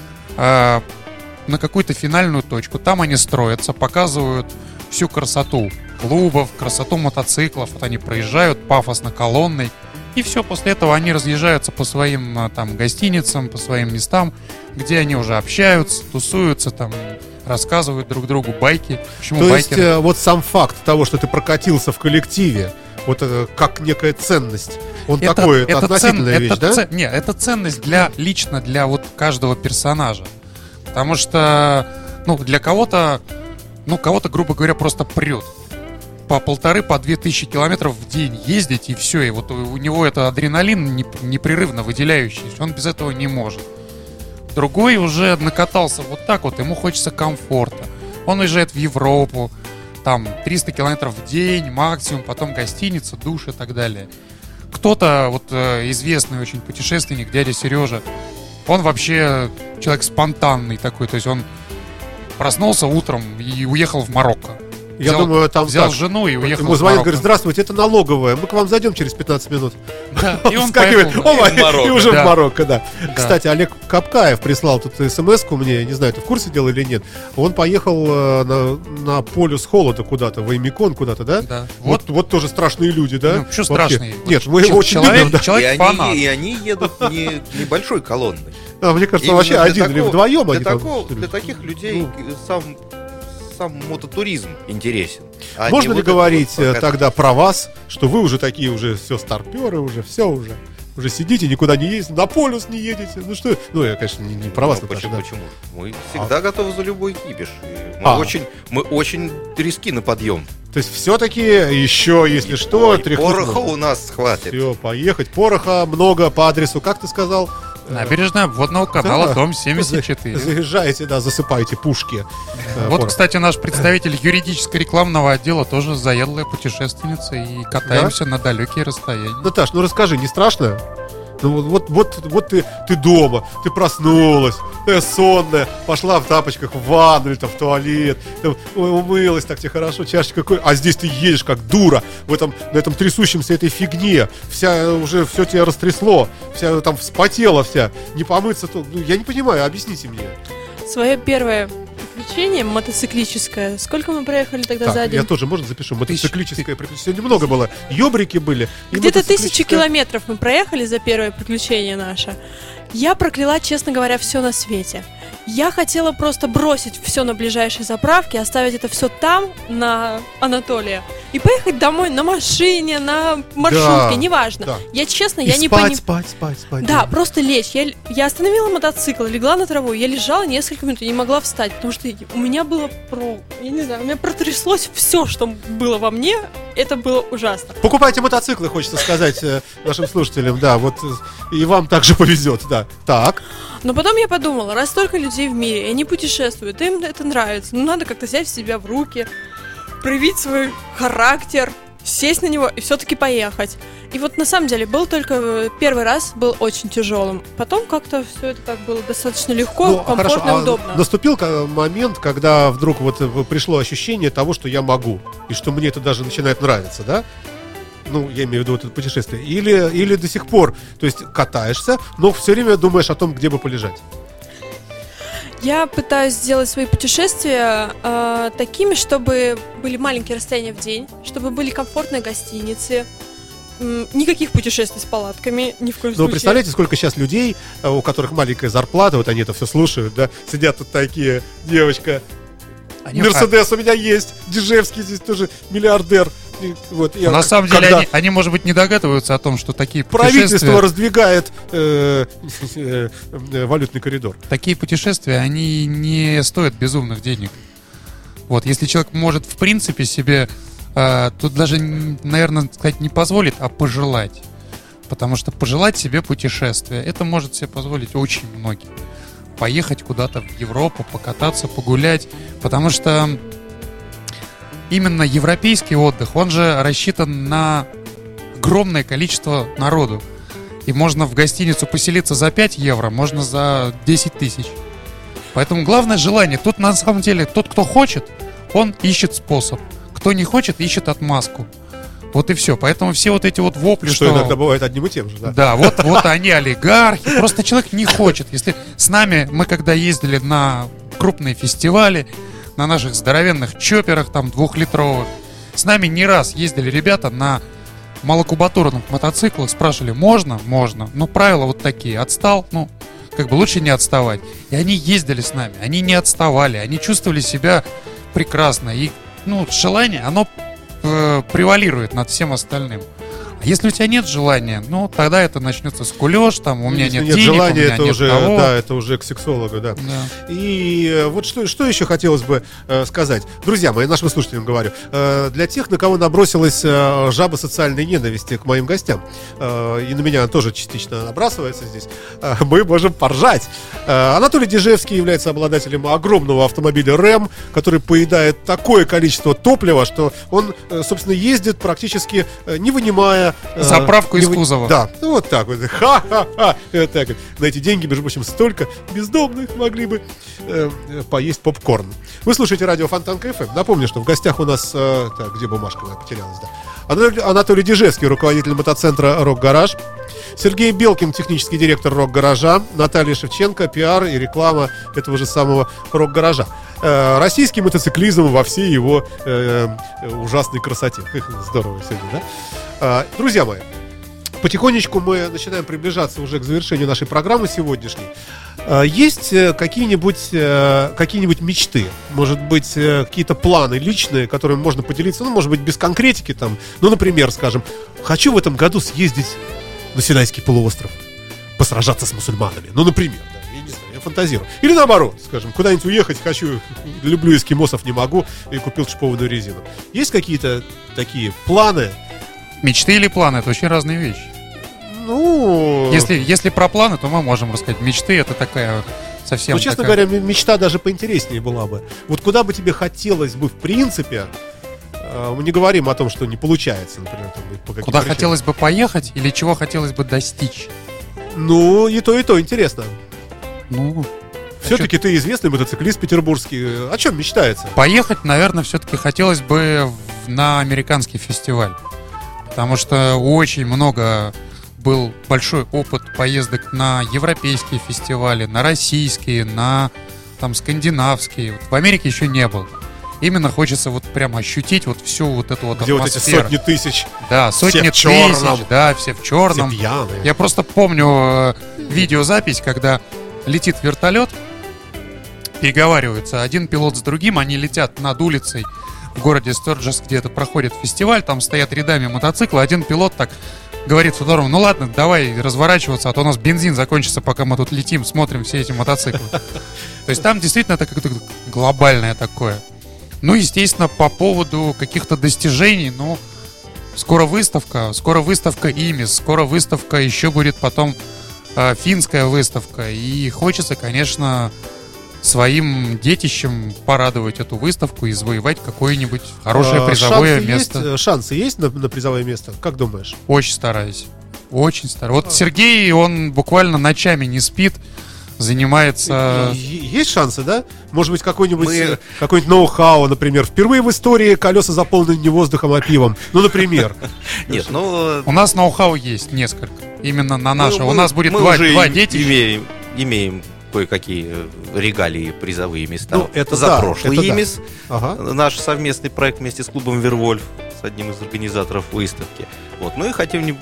на какую-то финальную точку. Там они строятся, показывают всю красоту клубов, красоту мотоциклов. Вот они проезжают пафосно колонной. И все, после этого они разъезжаются по своим там гостиницам, по своим местам, где они уже общаются, тусуются, там рассказывают друг другу байки. Почему То есть байкеры? вот сам факт того, что ты прокатился в коллективе, вот это как некая ценность, он такой, это относительная вещь, да? Нет, это ценность лично для вот каждого персонажа. Потому что, для кого-то, грубо говоря, просто прет. По 1500-2000 километров в день ездить, и все. И вот у него это адреналин непрерывно выделяющийся. Он без этого не может. Другой уже накатался вот так вот, ему хочется комфорта. Он уезжает в Европу, там 300 километров в день максимум, потом гостиница, душ и так далее. Кто-то, известный очень путешественник, дядя Сережа, он вообще человек спонтанный такой, то есть он проснулся утром и уехал в Марокко. Я думаю, там взял так. жену и уехал. Ему в звонят, Марокко. говорят: здравствуйте, это налоговая, мы к вам зайдем через 15 минут. Да, и он Вскакивает, поехал. и уже Да. в Марокко, да. Да. Кстати, Олег Капкаев прислал тут смс-ку мне, не знаю, ты в курсе дела или нет. Он поехал на полюс холода куда-то, в Аймикон куда-то, да? Да. Вот тоже страшные люди, да? Ну, что Вообще. страшные? Нет, мы его очень любим, да. Человек-фанат. И они едут небольшой колонной. Мне кажется, Именно вообще для один или такого- вдвоем для они там, такого- что ли? Для таких людей сам мототуризм интересен. А Можно не ли вот это говорить вот пока- тогда про вас, что вы уже такие уже все старперы, уже сидите, никуда не ездите, на полюс не едете? Ну что, ну я, конечно, не про вас, Ну, Наташа, почему, да. почему? Мы всегда готовы за любой кипиш. И Мы очень риски на подъем. То есть все-таки еще, если что, Ой, тряхнуть пороха можно. у нас хватит. Все, поехать. Пороха много по адресу, как ты сказал? Набережная обводного канала, Да. дом 74. Заезжаете, да, засыпаете пушки. Вот, Порох. кстати, наш представитель юридическо-рекламного отдела тоже заядлая путешественница, и катаемся на далекие расстояния. Наташ, ну расскажи, не страшно? Ну вот ты дома, ты проснулась, ты сонная, пошла в тапочках в ванну или там в туалет, там, ой, умылась, так тебе хорошо, чашечка какой, а здесь ты едешь как дура на этом трясущемся этой фигне, уже все тебя растрясло, вся там вспотела вся, не помыться, я не понимаю, объясните мне. Свое первое приключение мотоциклическое. Сколько мы проехали тогда за Так, день? я тоже, можно запишу, мотоциклическое приключение, сегодня много было, ёбрики были. и Где-то 1000 мотоциклическое. километров мы проехали за первое приключение наше. Я прокляла, честно говоря, все на свете. Я хотела просто бросить все на ближайшей заправке, оставить это все там, на Анатолия, и поехать домой на машине, на маршрутке, Да, неважно. да. Я, честно, И я не спать, понимаю. спать. Да, просто лечь. Я остановила мотоцикл, легла на траву, я лежала несколько минут и не могла встать, потому что у меня было я не знаю, у меня протряслось все, что было во мне, это было ужасно. Покупайте мотоциклы, хочется сказать нашим слушателям, да, вот и вам также повезет, да. Так, Но потом я подумала, раз столько людей в мире, и они путешествуют, им это нравится, ну надо как-то взять себя в руки, проявить свой характер, сесть на него и все-таки поехать. И вот на самом деле был только первый раз, был очень тяжелым. Потом как-то все это так было достаточно легко, ну, комфортно хорошо, и удобно. наступил момент, когда вдруг вот пришло ощущение того, что я могу, и что мне это даже начинает нравиться, да? Ну, я имею в виду вот это путешествие. Или до сих пор, то есть катаешься, но все время думаешь о том, где бы полежать. Я пытаюсь сделать свои путешествия такими, чтобы были маленькие расстояния в день, чтобы были комфортные гостиницы, никаких путешествий с палатками, ни в коем Но случае. представляете, сколько сейчас людей, у которых маленькая зарплата, вот они это все слушают, да, сидят тут такие, девочка, Мерседес у меня есть, Дежевский здесь тоже миллиардер. И вот, На самом деле, они, может быть, не догадываются о том, что такие правительство раздвигает валютный коридор. Такие путешествия, они не стоят безумных денег. Вот, если человек может, в принципе, себе, тут даже, наверное, сказать, не позволит, а пожелать. Потому что пожелать себе путешествия, это может себе позволить очень многие. Поехать куда-то в Европу, покататься, погулять. Потому что именно европейский отдых, он же рассчитан на огромное количество народу. И можно в гостиницу поселиться за 5 евро, можно за 10 тысяч. Поэтому главное желание. Тут на самом деле тот, кто хочет, он ищет способ. Кто не хочет, ищет отмазку. Вот и все. Поэтому все вот эти вот вопли, что иногда бывает одним и тем же, да? Да, вот они олигархи. Просто человек не хочет. Если с нами, мы когда ездили на крупные фестивали, на наших здоровенных чоперах, там, 2-литровых, с нами не раз ездили ребята на малокубатурных мотоциклах, спрашивали, можно? Можно. Ну, правила вот такие. Отстал? Ну, как бы лучше не отставать. И они ездили с нами, они не отставали, они чувствовали себя прекрасно. И, ну, желание, оно превалирует над всем остальным. А если у тебя нет желания, ну, тогда это начнется скулёж, там, у меня Если нет нет денег, желания, у меня это нет уже, того. да, это уже к сексологу, да. Да. И вот что еще хотелось бы сказать. Друзья мои, нашим слушателям говорю, для тех, на кого набросилась жаба социальной ненависти к моим гостям, и на меня она тоже частично набрасывается здесь, мы можем поржать. Анатолий Дежевский является обладателем огромного автомобиля РЭМ, который поедает такое количество топлива, что он, собственно, ездит практически не вынимая Заправку из кузова. Да, ну вот так вот. Ха-ха-ха. Вот так вот. На эти деньги, между прочим, столько бездомных могли бы поесть попкорн. Вы слушаете радио Фонтанка ФМ. Напомню, что в гостях у нас... так, где бумажка моя потерялась, да. Анатолий Дежевский, руководитель мотоцентра «Рок Гараж». Сергей Белкин, технический директор «Рок-гаража», Наталья Шевченко, пиар и реклама этого же самого «Рок-гаража». Российский мотоциклизм во всей его ужасной красоте. Здорово сегодня, да? Друзья мои, потихонечку мы начинаем приближаться уже к завершению нашей программы сегодняшней. Есть какие-нибудь мечты, может быть, какие-то планы личные, которыми можно поделиться, ну, может быть, без конкретики там, ну, например, скажем, хочу в этом году съездить на Синайский полуостров, посражаться с мусульманами. Ну, например, да, я не знаю, я фантазирую. Или наоборот, скажем, куда-нибудь уехать хочу, люблю эскимосов, не могу, и купил шипованную резину. Есть какие-то такие планы? Мечты или планы — это очень разные вещи. Ну... Если про планы, то мы можем рассказать. Мечты — это такая совсем... Ну, честно такая... говоря, мечта даже поинтереснее была бы. Вот куда бы тебе хотелось бы, в принципе... Мы не говорим о том, что не получается, например, там, по каким Куда причинам. хотелось бы поехать или чего хотелось бы достичь? Ну, и то, интересно. Ну, Все-таки ты известный мотоциклист петербургский. О чем мечтается? поехать, наверное, все-таки хотелось бы на американский фестиваль. Потому что очень много был большой опыт поездок на европейские фестивали, на российские, на там скандинавские. Вот в Америке еще не был. Именно хочется вот прямо ощутить вот всю вот эту вот Где вот эти атмосферу. сотни тысяч, Да, сотни все в тысяч, черном. да, все в черном. все пьяные. Я просто помню видеозапись, когда летит вертолет, переговариваются один пилот с другим, они летят над улицей в городе Сторджес, где это проходит фестиваль, там стоят рядами мотоциклы, один пилот так говорит второму: ну ладно, давай разворачиваться, а то у нас бензин закончится, пока мы тут летим, смотрим все эти мотоциклы. То есть там действительно это как-то глобальное такое. Ну, естественно, по поводу каких-то достижений, ну, скоро выставка ИМИС, скоро выставка, еще будет потом финская выставка. И хочется, конечно, своим детищем порадовать эту выставку и завоевать какое-нибудь хорошее призовое место. Шансы есть на призовое место? Как думаешь? Очень стараюсь. Очень стараюсь. Вот Сергей, он буквально ночами не спит, занимается... Есть шансы, да? Может быть, какой-нибудь ноу-хау, например. Впервые в истории колеса заполнены не воздухом, а пивом. Ну, например. Нет, ну... У нас ноу-хау есть несколько. Именно на наше. У нас будет мы два уже дети. Имеем кое-какие регалии, призовые места. Ну, это за да, прошлый это да. ИМИС. Ага. Наш совместный проект вместе с клубом Вервольф, с одним из организаторов выставки. Вот. Ну и хотим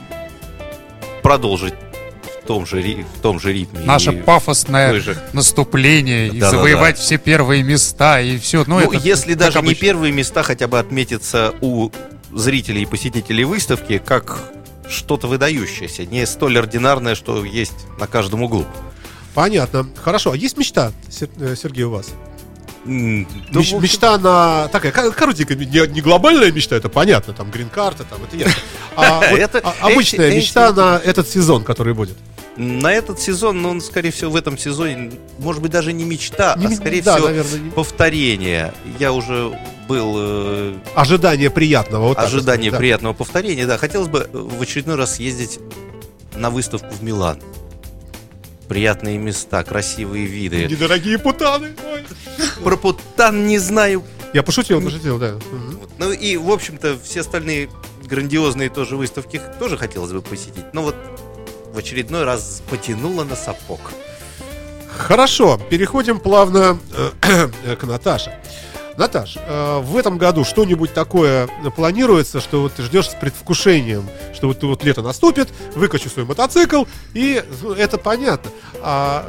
продолжить в том же ритме. Наше и пафосное же... наступление и Да-да-да. завоевать все первые места и все. Ну, это если как даже не обычно. первые места, хотя бы отметиться у зрителей и посетителей выставки как что-то выдающееся, не столь ординарное, что есть на каждом углу. Понятно. Хорошо. А есть мечта, Сергей, у вас? Ну, в общем, Мечта на... Такая коротенькая, не глобальная мечта, это понятно, там, грин-карта, там, это ясно. А вот Это обычная эти- мечта на этот сезон, который будет. На этот сезон, ну, скорее всего, в этом сезоне, может быть, даже не мечта, а скорее Да, всего, наверное, не- повторение. Я уже был... Ожидание приятного. Вот так ожидание вот, да. приятного повторения, да. Хотелось бы в очередной раз съездить на выставку в Милан. Приятные места, красивые виды. Недорогие путаны. Ой. Про Путан не знаю. Я пошутил, да. Мгм. Вот. Ну и, в общем-то, все остальные грандиозные тоже выставки тоже хотелось бы посетить. Но вот в очередной раз потянуло на сапог. Хорошо, переходим плавно к Наташе. Наташ, в этом году что-нибудь такое планируется, что вот ты ждешь с предвкушением, что вот лето наступит, выкачу свой мотоцикл, и это понятно. А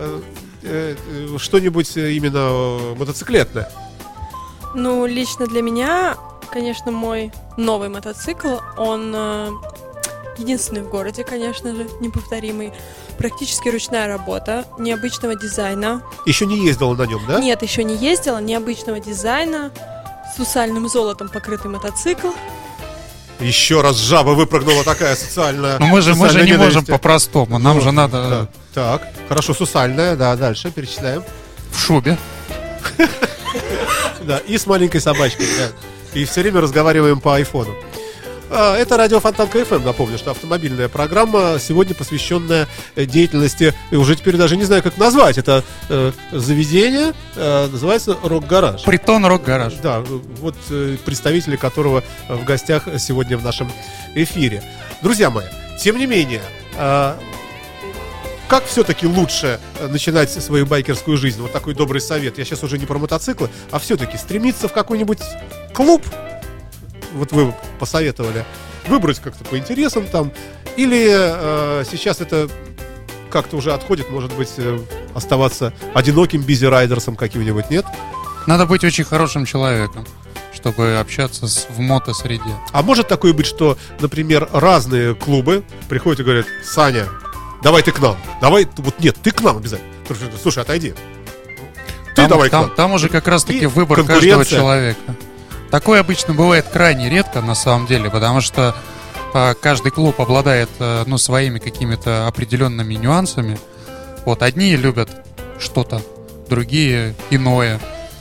что-нибудь именно мотоциклетное? Ну, лично для меня, конечно, мой новый мотоцикл, он единственный в городе, конечно же, неповторимый. Практически ручная работа, необычного дизайна. Еще не ездила на нем, да? Нет, еще не ездила, необычного дизайна, с сусальным золотом покрытый мотоцикл. Еще раз жаба выпрыгнула такая социальная. Но мы же не социальная можем ненависть. по-простому. Нам же надо Да. Так, хорошо, сусальная, да, дальше перечисляем. в шубе. Да, и с маленькой собачкой, да. И все время разговариваем по айфону. Это радио Фонтанка FM. Напомню, что автомобильная программа, сегодня посвященная деятельности, и уже теперь даже не знаю, как назвать. Это заведение, называется «Рок-гараж». Притон «Рок-гараж». Да, вот представители которого в гостях сегодня в нашем эфире. Друзья мои, тем не менее, как все-таки лучше начинать свою байкерскую жизнь? Вот такой добрый совет. Я сейчас уже не про мотоциклы, а все-таки стремиться в какой-нибудь клуб. Вот вы посоветовали выбрать как-то по интересам там. Или сейчас это как-то уже отходит, может быть, оставаться одиноким бизи-райдерсом каким-нибудь, нет? Надо быть очень хорошим человеком, чтобы общаться в мотосреде. А может такое быть, что, например, разные клубы приходят и говорят: Саня, давай ты к нам. Давай, вот нет, ты к нам обязательно. Слушай, отойди. Ты давай к нам. Там уже как раз-таки И выбор каждого человека. Такое обычно бывает крайне редко, на самом деле, потому что каждый клуб обладает своими какими-то определенными нюансами. Вот одни любят что-то, другие иное.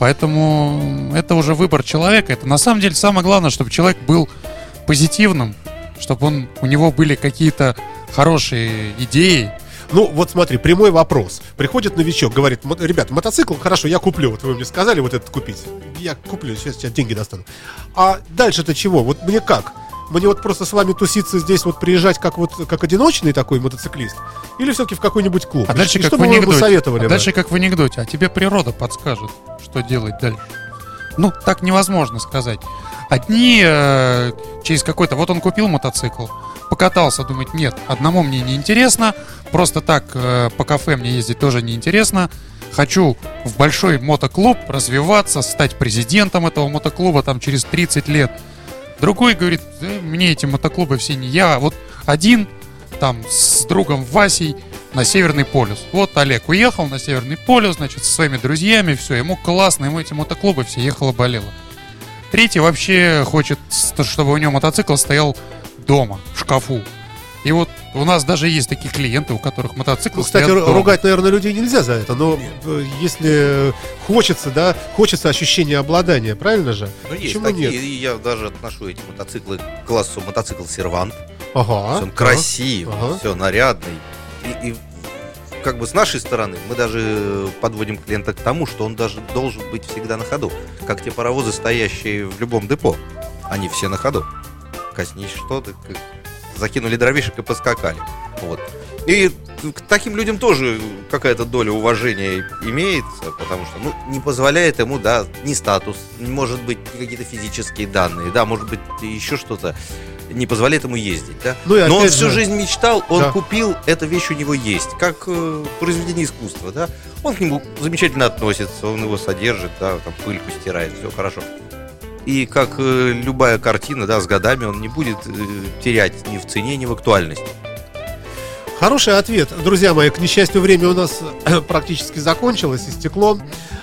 Поэтому это уже выбор человека. Это на самом деле самое главное, чтобы человек был позитивным, чтобы у него были какие-то хорошие идеи. Ну, вот смотри, прямой вопрос. Приходит новичок, говорит: ребят, мотоцикл, хорошо, я куплю. Вот вы мне сказали вот этот купить. Я куплю, сейчас деньги достану. А дальше-то чего? Вот мне как? Мне вот просто с вами туситься здесь, вот приезжать как одиночный такой мотоциклист? Или все-таки в какой-нибудь клуб? А дальше, как в анекдоте. Дальше, как в анекдоте. А тебе природа подскажет, что делать дальше. Ну, так невозможно сказать. Одни через какой-то... Вот он купил мотоцикл, покатался, думает: нет, одному мне не интересно, просто так по кафе мне ездить тоже не интересно. Хочу в большой мотоклуб развиваться, стать президентом этого мотоклуба там через 30 лет. Другой говорит: мне эти мотоклубы все не... Я вот один там с другом Васей на Северный полюс. Вот Олег уехал на Северный полюс, значит, со своими друзьями, все, ему классно, ему эти мотоклубы все ехало-болело. Третий вообще хочет, чтобы у него мотоцикл стоял дома, в шкафу. И вот у нас даже есть такие клиенты, у которых мотоциклы стоят дома. Кстати, ругать, наверное, людей нельзя за это, но если хочется ощущения обладания, правильно же? Ну, есть почему такие, нет? И я даже отношу эти мотоциклы к классу мотоцикл Сервант. Ага. Он красивый, все нарядный. И как бы с нашей стороны мы даже подводим клиента к тому, что он даже должен быть всегда на ходу. Как те паровозы, стоящие в любом депо. Они все на ходу. Коснись что-то, закинули дровишек и поскакали. Вот. И к таким людям тоже какая-то доля уважения имеется, потому что, не позволяет ему, да, ни статус, может быть, какие-то физические данные, да, может быть, еще что-то не позволяет ему ездить, да. Но он всю жизнь мечтал, он купил, эта вещь у него есть, как произведение искусства, да. Он к нему замечательно относится, он его содержит, да, там пыльку стирает, все хорошо. И как любая картина, да, с годами он не будет терять ни в цене, ни в актуальности. Хороший ответ. Друзья мои, к несчастью, время у нас практически закончилось, истекло.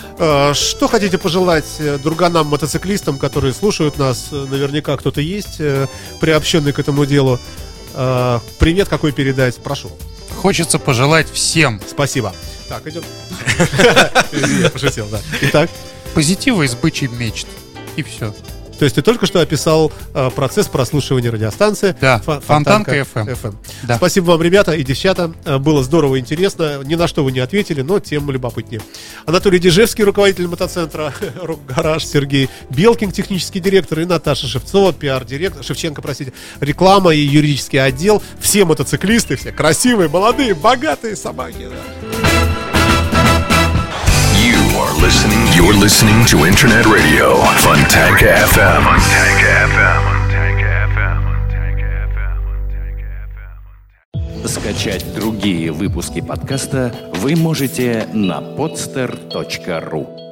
Что хотите пожелать друганам-мотоциклистам, которые слушают нас? Наверняка кто-то есть, приобщенный к этому делу. Привет какой передать? Прошу. Хочется пожелать всем. Спасибо. Так, идем. Я пошутил, да. Итак. Позитива из бычьих мечт. И все. То есть ты только что описал процесс прослушивания радиостанции. Да, Фонтанка FM. Да. Спасибо вам, ребята и девчата. Было здорово, интересно. Ни на что вы не ответили, но тем любопытнее. Анатолий Дежевский, руководитель мотоцентра «Рок-гараж», Сергей Белкин, технический директор, и Наташа Шевцова, пиар-директор, Шевченко, простите, реклама и юридический отдел. Все мотоциклисты, все красивые, молодые, богатые собаки. Да. You're listening to Internet Radio, Fontanka FM. Скачать другие выпуски подкаста вы можете на podster.ru.